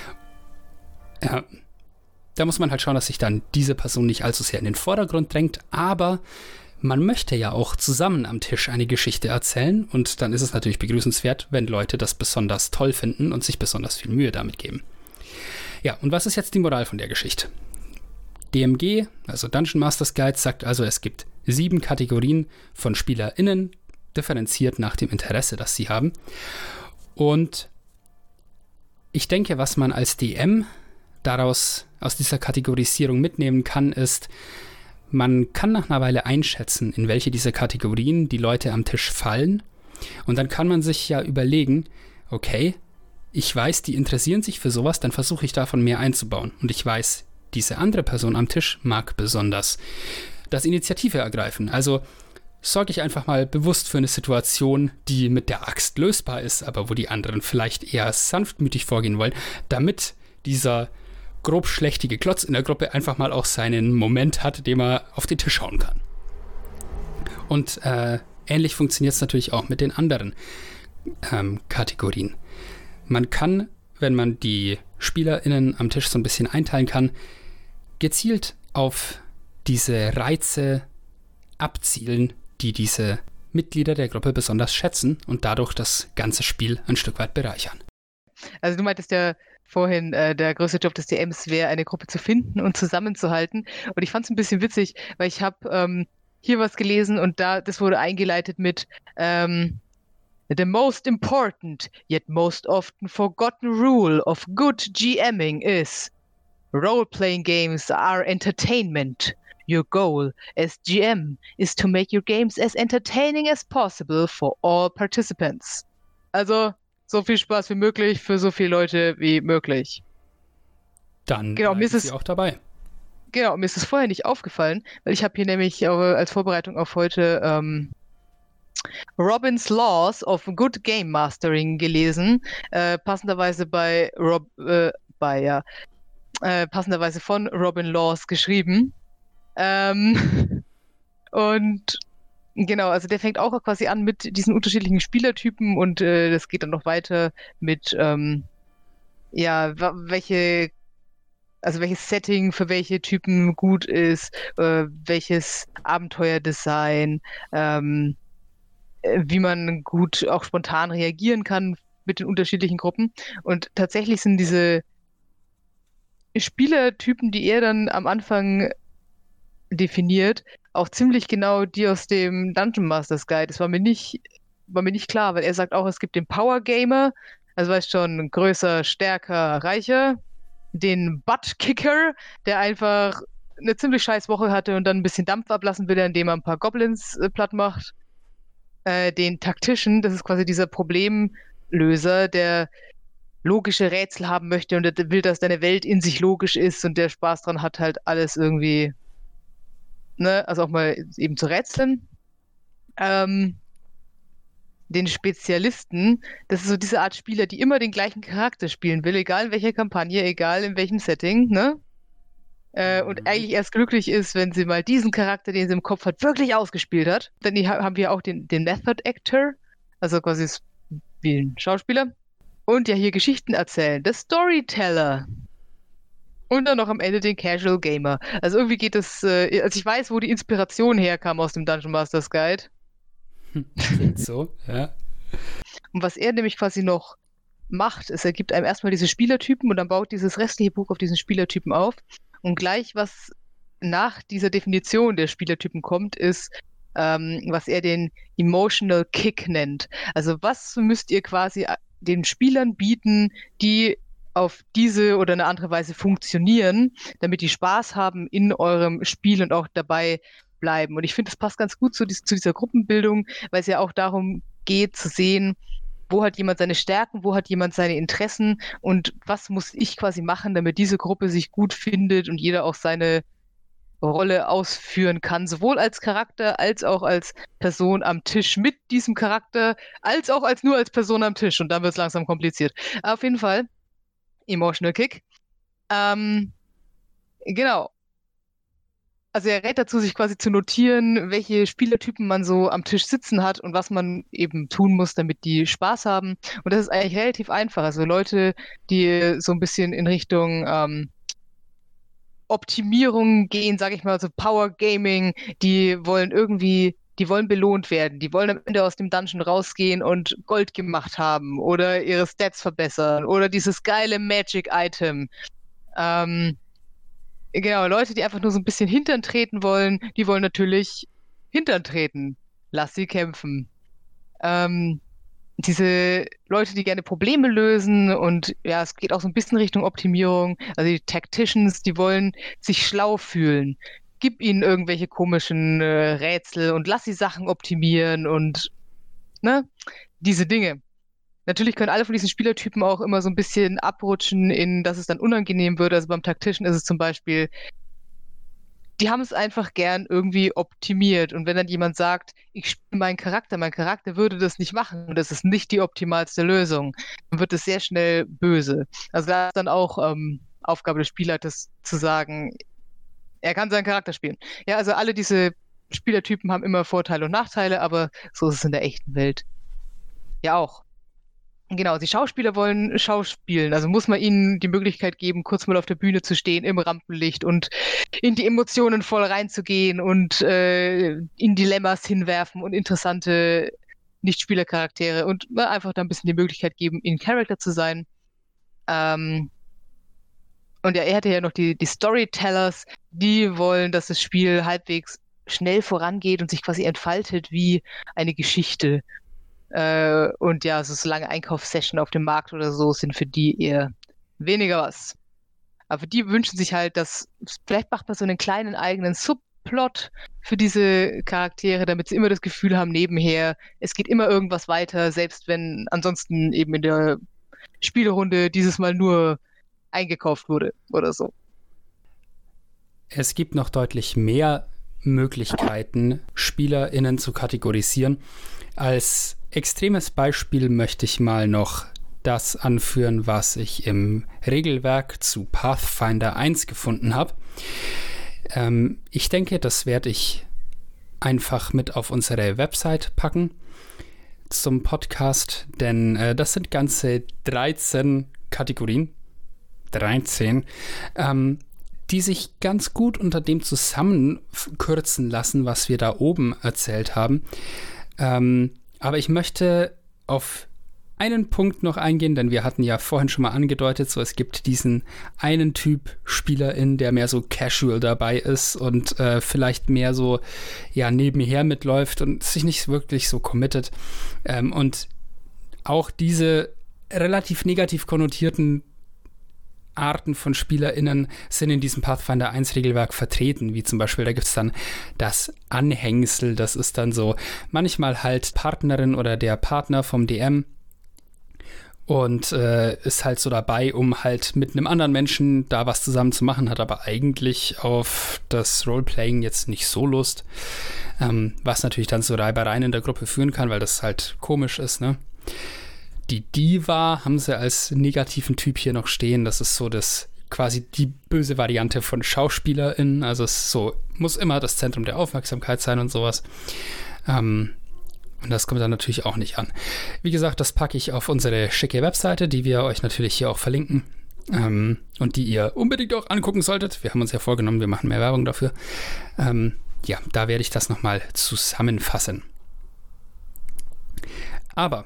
Da muss man halt schauen, dass sich dann diese Person nicht allzu sehr in den Vordergrund drängt. Aber man möchte ja auch zusammen am Tisch eine Geschichte erzählen. Und dann ist es natürlich begrüßenswert, wenn Leute das besonders toll finden und sich besonders viel Mühe damit geben. Ja, und was ist jetzt die Moral von der Geschichte? DMG, also Dungeon Masters Guide, sagt also, es gibt 7 Kategorien von SpielerInnen, differenziert nach dem Interesse, das sie haben. Und ich denke, was man als DM daraus aus dieser Kategorisierung mitnehmen kann, ist, man kann nach einer Weile einschätzen, in welche dieser Kategorien die Leute am Tisch fallen. Und dann kann man sich ja überlegen, okay, ich weiß, die interessieren sich für sowas, dann versuche ich davon mehr einzubauen. Und ich weiß, diese andere Person am Tisch mag besonders das Initiative ergreifen. Also sorge ich einfach mal bewusst für eine Situation, die mit der Axt lösbar ist, aber wo die anderen vielleicht eher sanftmütig vorgehen wollen, damit dieser grobschlächtige Klotz in der Gruppe einfach mal auch seinen Moment hat, den er auf den Tisch hauen kann. Und ähnlich funktioniert es natürlich auch mit den anderen Kategorien. Man kann, wenn man die SpielerInnen am Tisch so ein bisschen einteilen kann, gezielt auf diese Reize abzielen, die diese Mitglieder der Gruppe besonders schätzen und dadurch das ganze Spiel ein Stück weit bereichern. Also du meintest ja vorhin, der größte Job des DMs wäre, eine Gruppe zu finden und zusammenzuhalten. Und ich fand es ein bisschen witzig, weil ich habe hier was gelesen und das wurde eingeleitet mit The most important, yet most often forgotten rule of good GMing is role-playing games are entertainment. Your goal as GM is to make your games as entertaining as possible for all participants. Also, so viel Spaß wie möglich für so viele Leute wie möglich. Dann Genau, bleiben Sie auch dabei. Genau, mir ist es vorher nicht aufgefallen, weil ich habe hier nämlich als Vorbereitung auf heute Robin's Laws of Good Game Mastering gelesen, passenderweise passenderweise von Robin Laws geschrieben. Und genau, also der fängt auch quasi an mit diesen unterschiedlichen Spielertypen und das geht dann noch weiter mit ja, welches Setting für welche Typen gut ist, welches Abenteuerdesign, wie man gut auch spontan reagieren kann mit den unterschiedlichen Gruppen. Und tatsächlich sind diese Spielertypen, die er dann am Anfang definiert, auch ziemlich genau die aus dem Dungeon Masters Guide. Das war mir nicht klar, weil er sagt auch, es gibt den Power Gamer, also weißt schon, größer, stärker, reicher, den Butt Kicker, der einfach eine ziemlich scheiß Woche hatte und dann ein bisschen Dampf ablassen will, indem er ein paar Goblins platt macht. Den Tactician, das ist quasi dieser Problemlöser, der logische Rätsel haben möchte und der will, dass deine Welt in sich logisch ist und der Spaß dran hat, halt alles irgendwie, ne, also auch mal eben zu rätseln. Den Spezialisten, das ist so diese Art Spieler, die immer den gleichen Charakter spielen will, egal in welcher Kampagne, egal in welchem Setting, ne? Und eigentlich erst glücklich ist, wenn sie mal diesen Charakter, den sie im Kopf hat, wirklich ausgespielt hat. Dann haben wir auch den Method Actor, also quasi wie ein Schauspieler. Und ja, hier Geschichten erzählen, der Storyteller. Und dann noch am Ende den Casual Gamer. Also irgendwie geht es, also ich weiß, wo die Inspiration herkam aus dem Dungeon Masters Guide. Klingt so, ja. Und was er nämlich quasi noch macht, ist, er gibt einem erstmal diese Spielertypen und dann baut dieses restliche Buch auf diesen Spielertypen auf. Und gleich, was nach dieser Definition der Spielertypen kommt, ist, was er den Emotional Kick nennt. Also was müsst ihr quasi den Spielern bieten, die auf diese oder eine andere Weise funktionieren, damit die Spaß haben in eurem Spiel und auch dabei bleiben. Und ich finde, das passt ganz gut zu dieser Gruppenbildung, weil es ja auch darum geht zu sehen, wo hat jemand seine Stärken, wo hat jemand seine Interessen und was muss ich quasi machen, damit diese Gruppe sich gut findet und jeder auch seine Rolle ausführen kann, sowohl als Charakter als auch als Person am Tisch mit diesem Charakter, als auch als nur als Person am Tisch. Und dann wird es langsam kompliziert. Auf jeden Fall, Emotional Kick. Genau. Also er rät dazu, sich quasi zu notieren, welche Spielertypen man so am Tisch sitzen hat und was man eben tun muss, damit die Spaß haben. Und das ist eigentlich relativ einfach. Also Leute, die so ein bisschen in Richtung Optimierung gehen, sage ich mal, so Power Gaming, die wollen belohnt werden. Die wollen am Ende aus dem Dungeon rausgehen und Gold gemacht haben oder ihre Stats verbessern oder dieses geile Magic-Item. Genau, Leute, die einfach nur so ein bisschen Hintern treten wollen, die wollen natürlich Hintern treten. Lass sie kämpfen. Diese Leute, die gerne Probleme lösen und ja, es geht auch so ein bisschen Richtung Optimierung. Also die Tacticians, die wollen sich schlau fühlen. Gib ihnen irgendwelche komischen Rätsel und lass sie Sachen optimieren und ne, diese Dinge. Natürlich können alle von diesen Spielertypen auch immer so ein bisschen abrutschen, in dass es dann unangenehm wird. Also beim Taktischen ist es zum Beispiel, die haben es einfach gern irgendwie optimiert. Und wenn dann jemand sagt, ich spiele mein Charakter würde das nicht machen und das ist nicht die optimalste Lösung, dann wird es sehr schnell böse. Also da ist dann auch Aufgabe des Spielleiters zu sagen, er kann seinen Charakter spielen. Ja, also alle diese Spielertypen haben immer Vorteile und Nachteile, aber so ist es in der echten Welt ja auch. Genau, die Schauspieler wollen schauspielen, also muss man ihnen die Möglichkeit geben, kurz mal auf der Bühne zu stehen im Rampenlicht und in die Emotionen voll reinzugehen und in Dilemmas hinwerfen und interessante Nichtspielercharaktere und einfach da ein bisschen die Möglichkeit geben, in Character zu sein. Ähm, und ja, er hatte ja noch die Storytellers, die wollen, dass das Spiel halbwegs schnell vorangeht und sich quasi entfaltet wie eine Geschichte. Und ja, so lange Einkaufssession auf dem Markt oder so sind für die eher weniger was. Aber die wünschen sich halt, dass vielleicht macht man so einen kleinen eigenen Plot für diese Charaktere, damit sie immer das Gefühl haben, nebenher, es geht immer irgendwas weiter, selbst wenn ansonsten eben in der Spielerunde dieses Mal nur eingekauft wurde oder so. Es gibt noch deutlich mehr Möglichkeiten, SpielerInnen zu kategorisieren. Als extremes Beispiel möchte ich mal noch das anführen, was ich im Regelwerk zu Pathfinder 1 gefunden habe. Ich denke, das werde ich einfach mit auf unsere Website packen zum Podcast, denn das sind ganze 13 Kategorien, die sich ganz gut unter dem zusammenkürzen lassen, was wir da oben erzählt haben. Aber ich möchte auf einen Punkt noch eingehen, denn wir hatten ja vorhin schon mal angedeutet, so es gibt diesen einen Typ Spielerin, der mehr so casual dabei ist und vielleicht mehr so nebenher mitläuft und sich nicht wirklich so committet. Und auch diese relativ negativ konnotierten Arten von SpielerInnen sind in diesem Pathfinder 1 Regelwerk vertreten, wie zum Beispiel, da gibt es dann das Anhängsel, das ist dann so manchmal halt Partnerin oder der Partner vom DM und ist halt so dabei, um halt mit einem anderen Menschen da was zusammen zu machen, hat aber eigentlich auf das Roleplaying jetzt nicht so Lust, was natürlich dann zu Reibereien in der Gruppe führen kann, weil das halt komisch ist, ne? Die Diva haben sie als negativen Typ hier noch stehen. Das ist so das quasi die böse Variante von SchauspielerInnen. Also es so, muss immer das Zentrum der Aufmerksamkeit sein und sowas. Und das kommt dann natürlich auch nicht an. Wie gesagt, das packe ich auf unsere schicke Webseite, die wir euch natürlich hier auch verlinken. Und die ihr unbedingt auch angucken solltet. Wir haben uns ja vorgenommen, wir machen mehr Werbung dafür. Da werde ich das nochmal zusammenfassen. Aber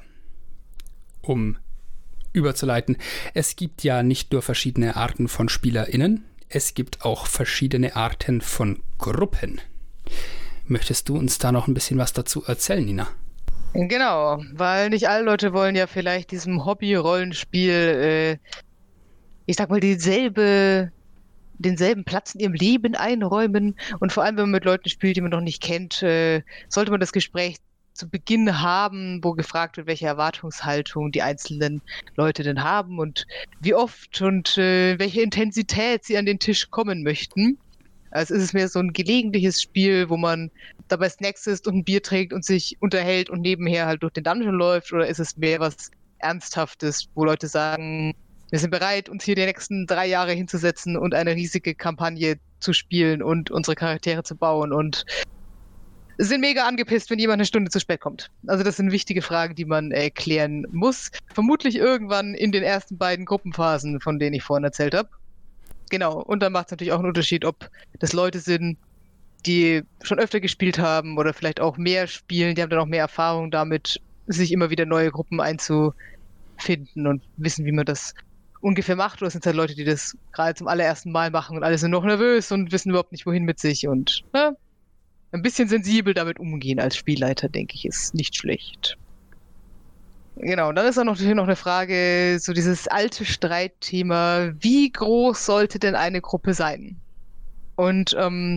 um überzuleiten, es gibt ja nicht nur verschiedene Arten von SpielerInnen, es gibt auch verschiedene Arten von Gruppen. Möchtest du uns da noch ein bisschen was dazu erzählen, Nina? Genau, weil nicht alle Leute wollen ja vielleicht diesem Hobby-Rollenspiel, ich sag mal, denselben Platz in ihrem Leben einräumen. Und vor allem, wenn man mit Leuten spielt, die man noch nicht kennt, sollte man das Gespräch zu Beginn haben, wo gefragt wird, welche Erwartungshaltung die einzelnen Leute denn haben und wie oft und welche Intensität sie an den Tisch kommen möchten. Also ist es mehr so ein gelegentliches Spiel, wo man dabei Snacks isst und ein Bier trinkt und sich unterhält und nebenher halt durch den Dungeon läuft, oder ist es mehr was Ernsthaftes, wo Leute sagen, wir sind bereit, uns hier die nächsten 3 Jahre hinzusetzen und eine riesige Kampagne zu spielen und unsere Charaktere zu bauen und sind mega angepisst, wenn jemand eine Stunde zu spät kommt. Also das sind wichtige Fragen, die man klären muss. Vermutlich irgendwann in den ersten beiden Gruppenphasen, von denen ich vorhin erzählt habe. Genau, und dann macht es natürlich auch einen Unterschied, ob das Leute sind, die schon öfter gespielt haben oder vielleicht auch mehr spielen. Die haben dann auch mehr Erfahrung damit, sich immer wieder neue Gruppen einzufinden und wissen, wie man das ungefähr macht. Oder sind es halt Leute, die das gerade zum allerersten Mal machen und alle sind noch nervös und wissen überhaupt nicht, wohin mit sich und ein bisschen sensibel damit umgehen als Spielleiter, denke ich, ist nicht schlecht. Genau, und dann ist auch natürlich noch eine Frage, so dieses alte Streitthema, wie groß sollte denn eine Gruppe sein? Und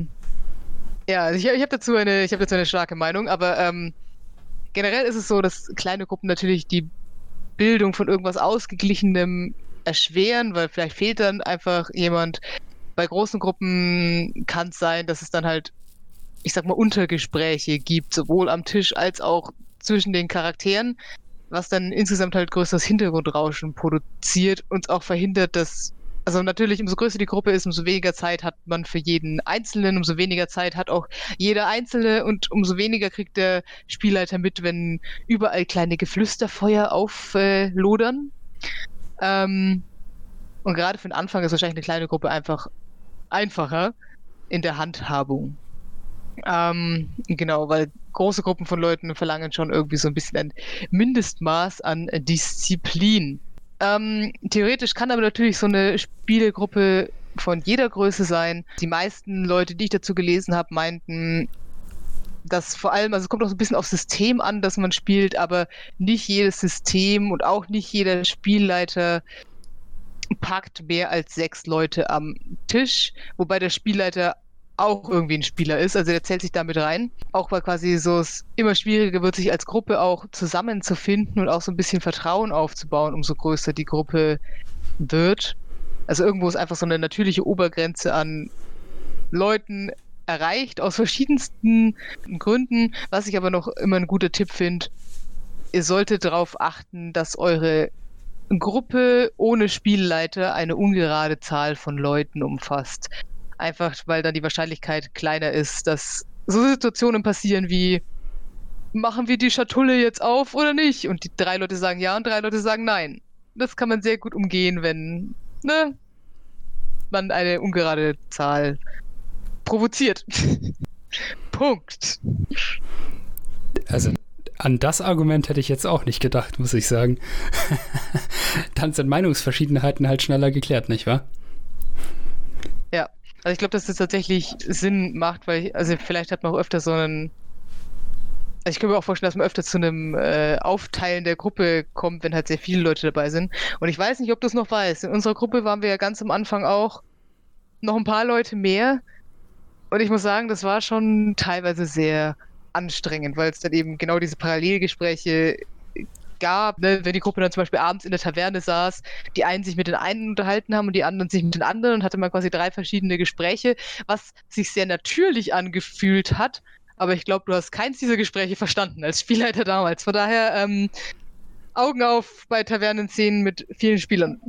also ich habe dazu eine starke Meinung, aber generell ist es so, dass kleine Gruppen natürlich die Bildung von irgendwas Ausgeglichenem erschweren, weil vielleicht fehlt dann einfach jemand. Bei großen Gruppen kann es sein, dass es dann halt, ich sag mal, Untergespräche gibt, sowohl am Tisch als auch zwischen den Charakteren, was dann insgesamt halt größeres Hintergrundrauschen produziert und auch verhindert, dass, also natürlich, umso größer die Gruppe ist, umso weniger Zeit hat man für jeden Einzelnen, umso weniger Zeit hat auch jeder Einzelne und umso weniger kriegt der Spielleiter mit, wenn überall kleine Geflüsterfeuer auflodern. Und gerade für den Anfang ist wahrscheinlich eine kleine Gruppe einfach einfacher in der Handhabung. Genau, weil große Gruppen von Leuten verlangen schon irgendwie so ein bisschen ein Mindestmaß an Disziplin. Theoretisch kann aber natürlich so eine Spielegruppe von jeder Größe sein. Die meisten Leute, die ich dazu gelesen habe, meinten, dass vor allem, also es kommt auch so ein bisschen aufs System an, das man spielt, aber nicht jedes System und auch nicht jeder Spielleiter packt mehr als 6 Leute am Tisch, wobei der Spielleiter auch irgendwie ein Spieler ist. Also der zählt sich damit rein. Auch weil quasi so es immer schwieriger wird, sich als Gruppe auch zusammenzufinden und auch so ein bisschen Vertrauen aufzubauen, umso größer die Gruppe wird. Also irgendwo ist einfach so eine natürliche Obergrenze an Leuten erreicht, aus verschiedensten Gründen. Was ich aber noch immer ein guter Tipp finde, ihr solltet darauf achten, dass eure Gruppe ohne Spielleiter eine ungerade Zahl von Leuten umfasst. Einfach, weil dann die Wahrscheinlichkeit kleiner ist, dass so Situationen passieren wie, machen wir die Schatulle jetzt auf oder nicht? Und die 3 Leute sagen ja und 3 Leute sagen nein. Das kann man sehr gut umgehen, wenn man eine ungerade Zahl provoziert. Punkt. Also an das Argument hätte ich jetzt auch nicht gedacht, muss ich sagen. Dann sind Meinungsverschiedenheiten halt schneller geklärt, nicht wahr? Ja, also ich glaube, dass das tatsächlich Sinn macht, weil also vielleicht hat man auch öfter so einen. Also ich kann mir auch vorstellen, dass man öfter zu einem Aufteilen der Gruppe kommt, wenn halt sehr viele Leute dabei sind. Und ich weiß nicht, ob du es noch weißt. In unserer Gruppe waren wir ja ganz am Anfang auch noch ein paar Leute mehr. Und ich muss sagen, das war schon teilweise sehr anstrengend, weil es dann eben genau diese Parallelgespräche gab, ne? Wenn die Gruppe dann zum Beispiel abends in der Taverne saß, die einen sich mit den einen unterhalten haben und die anderen sich mit den anderen und hatte man quasi 3 verschiedene Gespräche, was sich sehr natürlich angefühlt hat, aber ich glaube, du hast keins dieser Gespräche verstanden als Spielleiter damals. Von daher Augen auf bei Tavernenszenen mit vielen Spielern.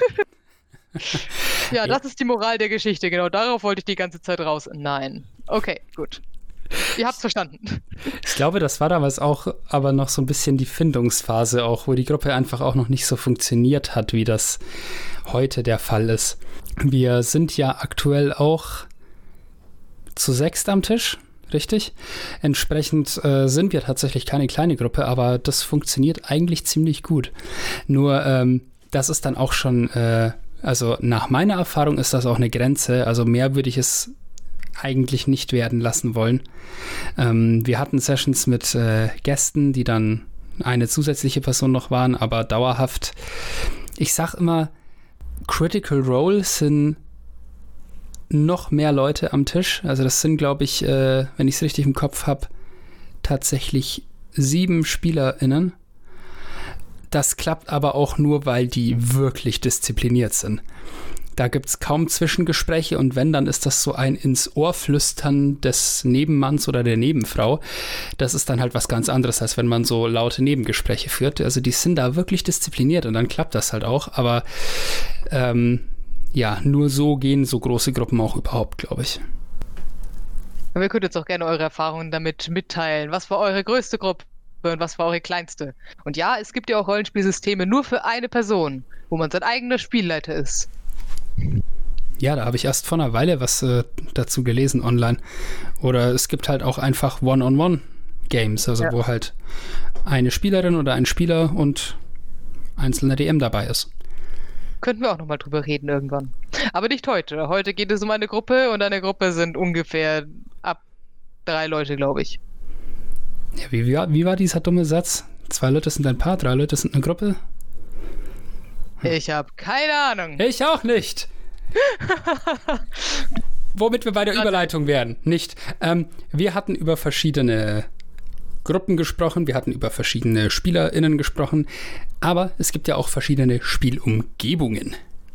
Ja, das ist die Moral der Geschichte, genau. Darauf wollte ich die ganze Zeit raus. Nein. Okay, gut. Ihr habt's verstanden. Ich glaube, das war damals auch aber noch so ein bisschen die Findungsphase auch, wo die Gruppe einfach auch noch nicht so funktioniert hat, wie das heute der Fall ist. Wir sind ja aktuell auch zu 6 am Tisch, richtig? Entsprechend sind wir tatsächlich keine kleine Gruppe, aber das funktioniert eigentlich ziemlich gut. Nur, das ist dann auch schon, also nach meiner Erfahrung ist das auch eine Grenze, also mehr würde ich es eigentlich nicht werden lassen wollen. Wir hatten Sessions mit Gästen, die dann eine zusätzliche Person noch waren, aber dauerhaft. Ich sag immer, Critical Role sind noch mehr Leute am Tisch. Also das sind, glaube ich, wenn ich es richtig im Kopf habe, tatsächlich 7 SpielerInnen. Das klappt aber auch nur, weil die wirklich diszipliniert sind. Da gibt es kaum Zwischengespräche und wenn, dann ist das so ein ins Ohr flüstern des Nebenmanns oder der Nebenfrau. Das ist dann halt was ganz anderes, als wenn man so laute Nebengespräche führt. Also die sind da wirklich diszipliniert und dann klappt das halt auch. Aber ja, nur so gehen so große Gruppen auch überhaupt, glaube ich. Wir könnten jetzt auch gerne eure Erfahrungen damit mitteilen. Was war eure größte Gruppe und was war eure kleinste? Und ja, es gibt ja auch Rollenspielsysteme nur für eine Person, wo man sein eigener Spielleiter ist. Ja, da habe ich erst vor einer Weile was dazu gelesen online. Oder es gibt halt auch einfach One-on-One-Games, also wo halt eine Spielerin oder ein Spieler und einzelner DM dabei ist. Könnten wir auch nochmal drüber reden irgendwann. Aber nicht heute. Heute geht es um eine Gruppe und eine Gruppe sind ungefähr ab 3 Leute, glaube ich. Ja, wie war dieser dumme Satz? 2 Leute sind ein Paar, 3 Leute sind eine Gruppe? Ich habe keine Ahnung. Ich auch nicht. Womit wir bei der Überleitung wären, nicht? Wir hatten über verschiedene Gruppen gesprochen, wir hatten über verschiedene SpielerInnen gesprochen, aber es gibt ja auch verschiedene Spielumgebungen.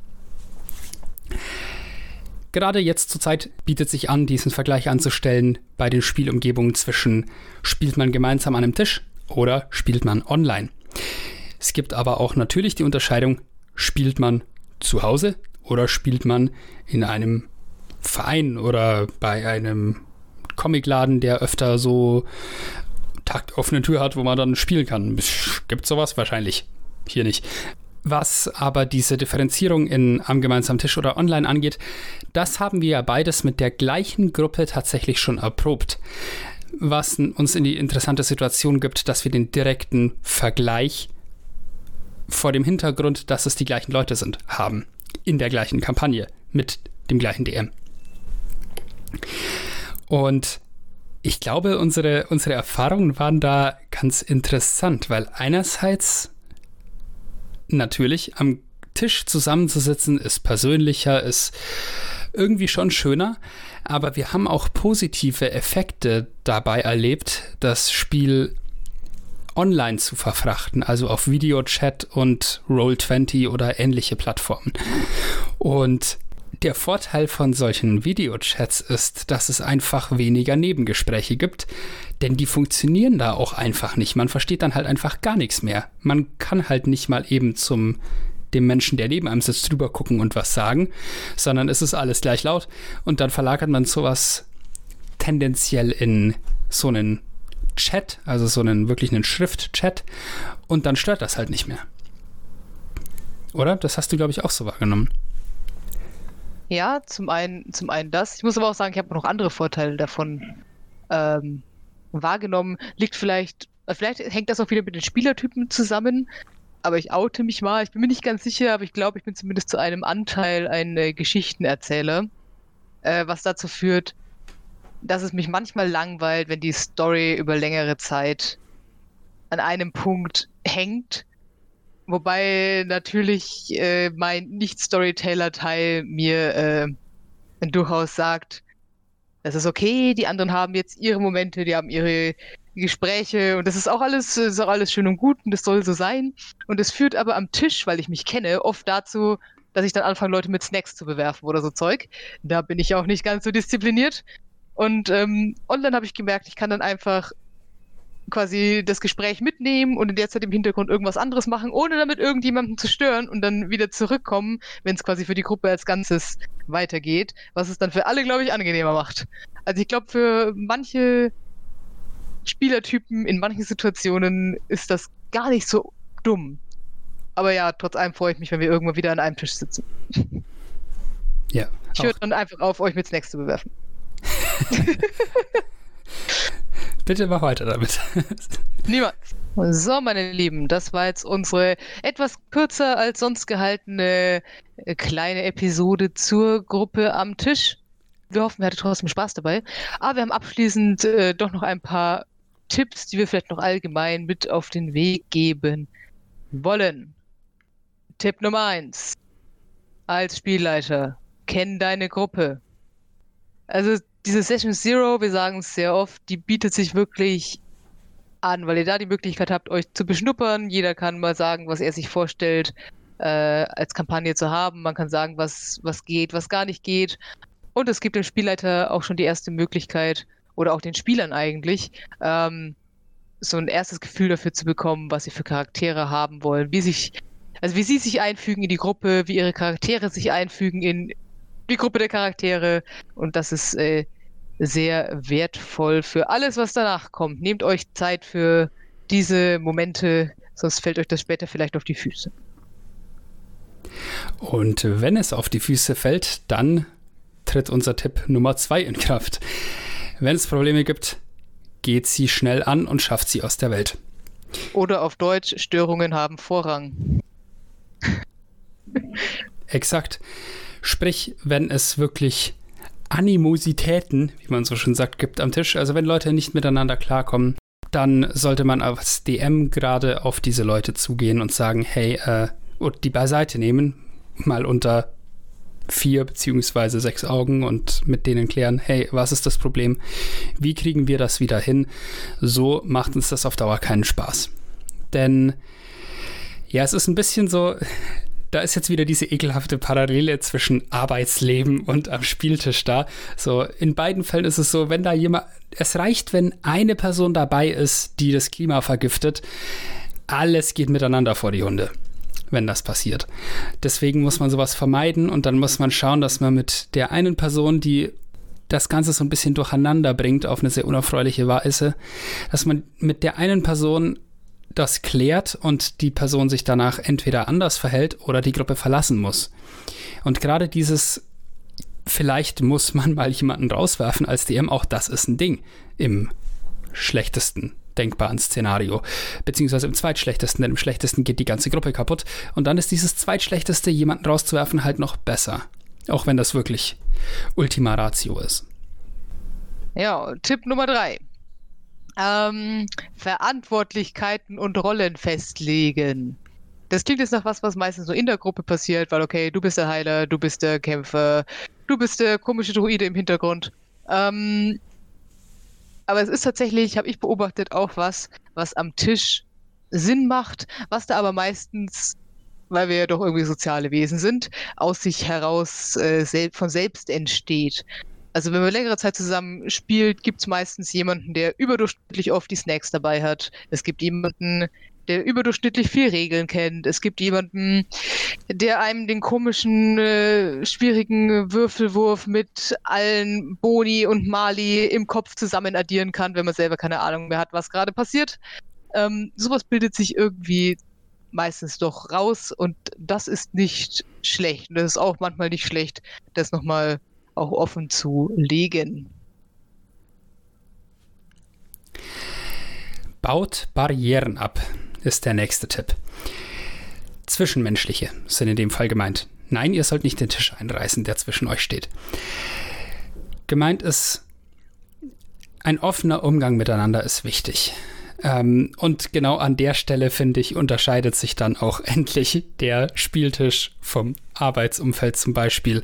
Gerade jetzt zur Zeit bietet sich an, diesen Vergleich anzustellen bei den Spielumgebungen zwischen spielt man gemeinsam an einem Tisch oder spielt man online. Es gibt aber auch natürlich die Unterscheidung, spielt man zu Hause oder spielt man in einem Verein oder bei einem Comicladen, der öfter so taktoffene Tür hat, wo man dann spielen kann. Gibt sowas? Wahrscheinlich. Hier nicht. Was aber diese Differenzierung am gemeinsamen Tisch oder online angeht, das haben wir ja beides mit der gleichen Gruppe tatsächlich schon erprobt. Was uns in die interessante Situation gibt, dass wir den direkten Vergleich vor dem Hintergrund, dass es die gleichen Leute sind, haben. In der gleichen Kampagne. Mit dem gleichen DM. Und ich glaube, unsere Erfahrungen waren da ganz interessant, weil einerseits natürlich am Tisch zusammenzusitzen ist persönlicher, ist irgendwie schon schöner, aber wir haben auch positive Effekte dabei erlebt, das Spiel online zu verfrachten, also auf Videochat und Roll20 oder ähnliche Plattformen. Und der Vorteil von solchen Videochats ist, dass es einfach weniger Nebengespräche gibt, denn die funktionieren da auch einfach nicht. Man versteht dann halt einfach gar nichts mehr. Man kann halt nicht mal eben dem Menschen, der neben einem sitzt, drüber gucken und was sagen, sondern es ist alles gleich laut und dann verlagert man sowas tendenziell in so einen Chat, also so wirklich einen Schriftchat und dann stört das halt nicht mehr. Oder? Das hast du, glaube ich, auch so wahrgenommen. Ja, zum einen das. Ich muss aber auch sagen, ich habe noch andere Vorteile davon wahrgenommen. Vielleicht hängt das auch wieder mit den Spielertypen zusammen, aber ich oute mich mal. Ich bin mir nicht ganz sicher, aber ich glaube, ich bin zumindest zu einem Anteil ein Geschichtenerzähler, was dazu führt, dass es mich manchmal langweilt, wenn die Story über längere Zeit an einem Punkt hängt. Wobei natürlich mein Nicht-Storyteller-Teil mir durchaus sagt, das ist okay, die anderen haben jetzt ihre Momente, die haben ihre Gespräche und das ist auch alles schön und gut und das soll so sein. Und es führt aber am Tisch, weil ich mich kenne, oft dazu, dass ich dann anfange, Leute mit Snacks zu bewerfen oder so Zeug. Da bin ich auch nicht ganz so diszipliniert. Und online habe ich gemerkt, ich kann dann einfach quasi das Gespräch mitnehmen und in der Zeit im Hintergrund irgendwas anderes machen, ohne damit irgendjemanden zu stören und dann wieder zurückkommen, wenn es quasi für die Gruppe als Ganzes weitergeht, was es dann für alle, glaube ich, angenehmer macht. Also ich glaube, für manche Spielertypen in manchen Situationen ist das gar nicht so dumm. Aber ja, trotz allem freue ich mich, wenn wir irgendwann wieder an einem Tisch sitzen. Ja. Ich höre dann einfach auf, euch mit Snacks zu bewerfen. Bitte mach weiter damit. Niemals. So, meine Lieben, das war jetzt unsere etwas kürzer als sonst gehaltene kleine Episode zur Gruppe am Tisch. Wir hoffen, ihr hattet trotzdem Spaß dabei. Aber wir haben abschließend doch noch ein paar Tipps, die wir vielleicht noch allgemein mit auf den Weg geben wollen. Tipp Nummer 1. Als Spielleiter, kenn deine Gruppe. Also diese Session Zero, wir sagen es sehr oft, die bietet sich wirklich an, weil ihr da die Möglichkeit habt, euch zu beschnuppern. Jeder kann mal sagen, was er sich vorstellt, als Kampagne zu haben. Man kann sagen, was geht, was gar nicht geht. Und es gibt dem Spielleiter auch schon die erste Möglichkeit, oder auch den Spielern eigentlich, so ein erstes Gefühl dafür zu bekommen, was sie für Charaktere haben wollen, wie sie sich einfügen in die Gruppe, wie ihre Charaktere sich einfügen in die Gruppe der Charaktere. Und das ist sehr wertvoll für alles, was danach kommt. Nehmt euch Zeit für diese Momente, sonst fällt euch das später vielleicht auf die Füße. Und wenn es auf die Füße fällt, dann tritt unser Tipp Nummer 2 in Kraft. Wenn es Probleme gibt, geht sie schnell an und schafft sie aus der Welt. Oder auf Deutsch, Störungen haben Vorrang. Exakt. Sprich, wenn es wirklich Animositäten, wie man so schön sagt, gibt am Tisch, also wenn Leute nicht miteinander klarkommen, dann sollte man als DM gerade auf diese Leute zugehen und sagen, hey, und die beiseite nehmen, mal unter 4 beziehungsweise 6 Augen und mit denen klären, hey, was ist das Problem? Wie kriegen wir das wieder hin? So macht uns das auf Dauer keinen Spaß. Denn ja, es ist ein bisschen so, da ist jetzt wieder diese ekelhafte Parallele zwischen Arbeitsleben und am Spieltisch da. So, in beiden Fällen ist es so, wenn da es reicht, wenn eine Person dabei ist, die das Klima vergiftet, alles geht miteinander vor die Hunde, wenn das passiert. Deswegen muss man sowas vermeiden und dann muss man schauen, dass man mit der einen Person, die das Ganze so ein bisschen durcheinander bringt auf eine sehr unerfreuliche Weise, dass man mit der einen Person das klärt und die Person sich danach entweder anders verhält oder die Gruppe verlassen muss. Und gerade dieses, vielleicht muss man mal jemanden rauswerfen als DM, auch das ist ein Ding im schlechtesten denkbaren Szenario, beziehungsweise im zweitschlechtesten, denn im schlechtesten geht die ganze Gruppe kaputt und dann ist dieses zweitschlechteste, jemanden rauszuwerfen, halt noch besser. Auch wenn das wirklich Ultima Ratio ist. Ja, Tipp Nummer 3. Verantwortlichkeiten und Rollen festlegen. Das klingt jetzt nach was meistens so in der Gruppe passiert, weil okay, du bist der Heiler, du bist der Kämpfer, du bist der komische Druide im Hintergrund. Aber es ist tatsächlich, habe ich beobachtet, auch was am Tisch Sinn macht, was da aber meistens, weil wir ja doch irgendwie soziale Wesen sind, aus sich heraus von selbst entsteht. Also wenn man längere Zeit zusammen spielt, gibt es meistens jemanden, der überdurchschnittlich oft die Snacks dabei hat. Es gibt jemanden, der überdurchschnittlich viel Regeln kennt. Es gibt jemanden, der einem den komischen, schwierigen Würfelwurf mit allen Boni und Mali im Kopf zusammen addieren kann, wenn man selber keine Ahnung mehr hat, was gerade passiert. Sowas bildet sich irgendwie meistens doch raus und das ist nicht schlecht. Und das ist auch manchmal nicht schlecht, das nochmal auch offen zu legen. Baut Barrieren ab, ist der nächste Tipp. Zwischenmenschliche sind in dem Fall gemeint. Nein, ihr sollt nicht den Tisch einreißen, der zwischen euch steht. Gemeint ist, ein offener Umgang miteinander ist wichtig. Und genau an der Stelle, finde ich, unterscheidet sich dann auch endlich der Spieltisch vom Arbeitsumfeld zum Beispiel.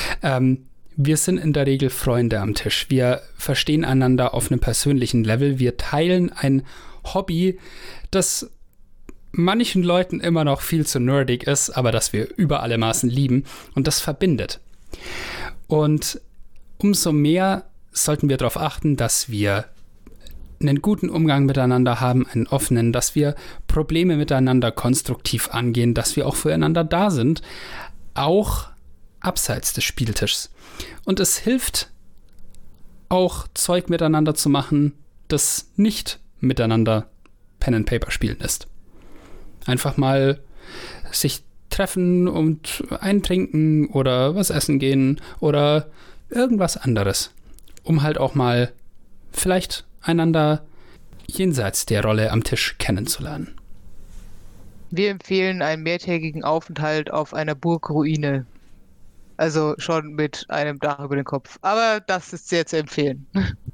Wir sind in der Regel Freunde am Tisch. Wir verstehen einander auf einem persönlichen Level. Wir teilen ein Hobby, das manchen Leuten immer noch viel zu nerdig ist, aber das wir über alle Maßen lieben. Und das verbindet. Und umso mehr sollten wir darauf achten, dass wir einen guten Umgang miteinander haben, einen offenen, dass wir Probleme miteinander konstruktiv angehen, dass wir auch füreinander da sind, auch abseits des Spieltischs. Und es hilft auch, Zeug miteinander zu machen, das nicht miteinander Pen and Paper spielen ist. Einfach mal sich treffen und eintrinken oder was essen gehen oder irgendwas anderes, um halt auch mal vielleicht einander jenseits der Rolle am Tisch kennenzulernen. Wir empfehlen einen mehrtägigen Aufenthalt auf einer Burgruine. Also schon mit einem Dach über den Kopf. Aber das ist sehr zu empfehlen.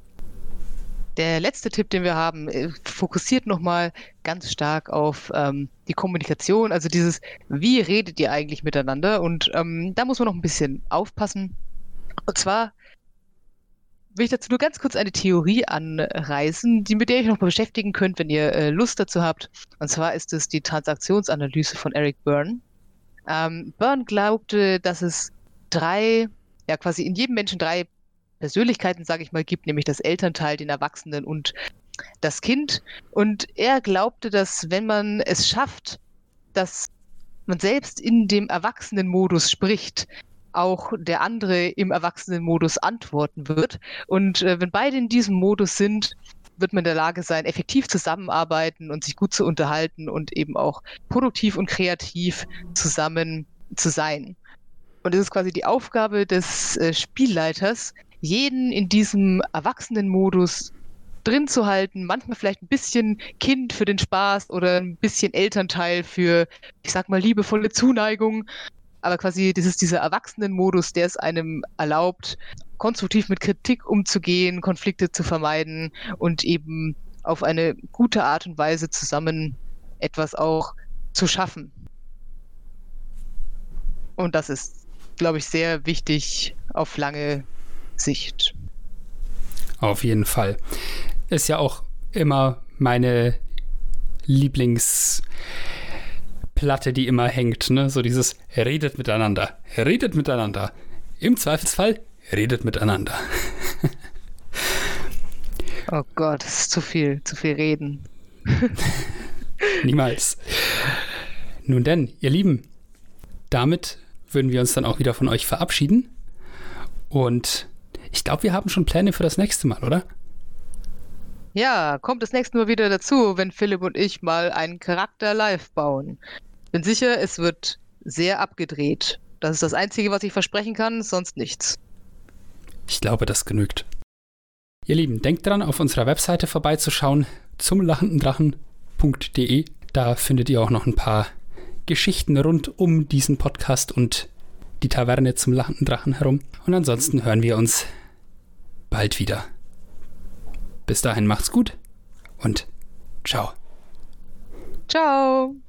Der letzte Tipp, den wir haben, fokussiert nochmal ganz stark auf die Kommunikation. Also dieses, wie redet ihr eigentlich miteinander? Und da muss man noch ein bisschen aufpassen. Und zwar will ich dazu nur ganz kurz eine Theorie anreißen, mit der ihr euch noch mal beschäftigen könnt, wenn ihr Lust dazu habt. Und zwar ist es die Transaktionsanalyse von Eric Berne. Berne glaubte, dass es quasi in jedem Menschen 3 Persönlichkeiten, sage ich mal, gibt, nämlich das Elternteil, den Erwachsenen und das Kind. Und er glaubte, dass wenn man es schafft, dass man selbst in dem Erwachsenenmodus spricht, auch der andere im Erwachsenenmodus antworten wird. Und wenn beide in diesem Modus sind, wird man in der Lage sein, effektiv zusammenarbeiten und sich gut zu unterhalten und eben auch produktiv und kreativ zusammen zu sein. Und es ist quasi die Aufgabe des Spielleiters, jeden in diesem Erwachsenenmodus drin zu halten, manchmal vielleicht ein bisschen Kind für den Spaß oder ein bisschen Elternteil für, ich sag mal, liebevolle Zuneigung. Aber quasi dieser Erwachsenenmodus, der es einem erlaubt, konstruktiv mit Kritik umzugehen, Konflikte zu vermeiden und eben auf eine gute Art und Weise zusammen etwas auch zu schaffen. Und das ist, glaube ich, sehr wichtig auf lange Sicht. Auf jeden Fall. Ist ja auch immer meine Lieblingsplatte, die immer hängt, ne? So dieses redet miteinander. Im Zweifelsfall redet miteinander. Oh Gott, das ist zu viel reden. Niemals. Nun denn, ihr Lieben, damit würden wir uns dann auch wieder von euch verabschieden. Und ich glaube, wir haben schon Pläne für das nächste Mal, oder? Ja, kommt das nächste Mal wieder dazu, wenn Philipp und ich mal einen Charakter live bauen. Bin sicher, es wird sehr abgedreht. Das ist das Einzige, was ich versprechen kann, sonst nichts. Ich glaube, das genügt. Ihr Lieben, denkt dran, auf unserer Webseite vorbeizuschauen, zumlachendendrachen.de. Da findet ihr auch noch ein paar Geschichten rund um diesen Podcast und die Taverne zum Lachenden Drachen herum. Und ansonsten hören wir uns bald wieder. Bis dahin macht's gut und ciao. Ciao.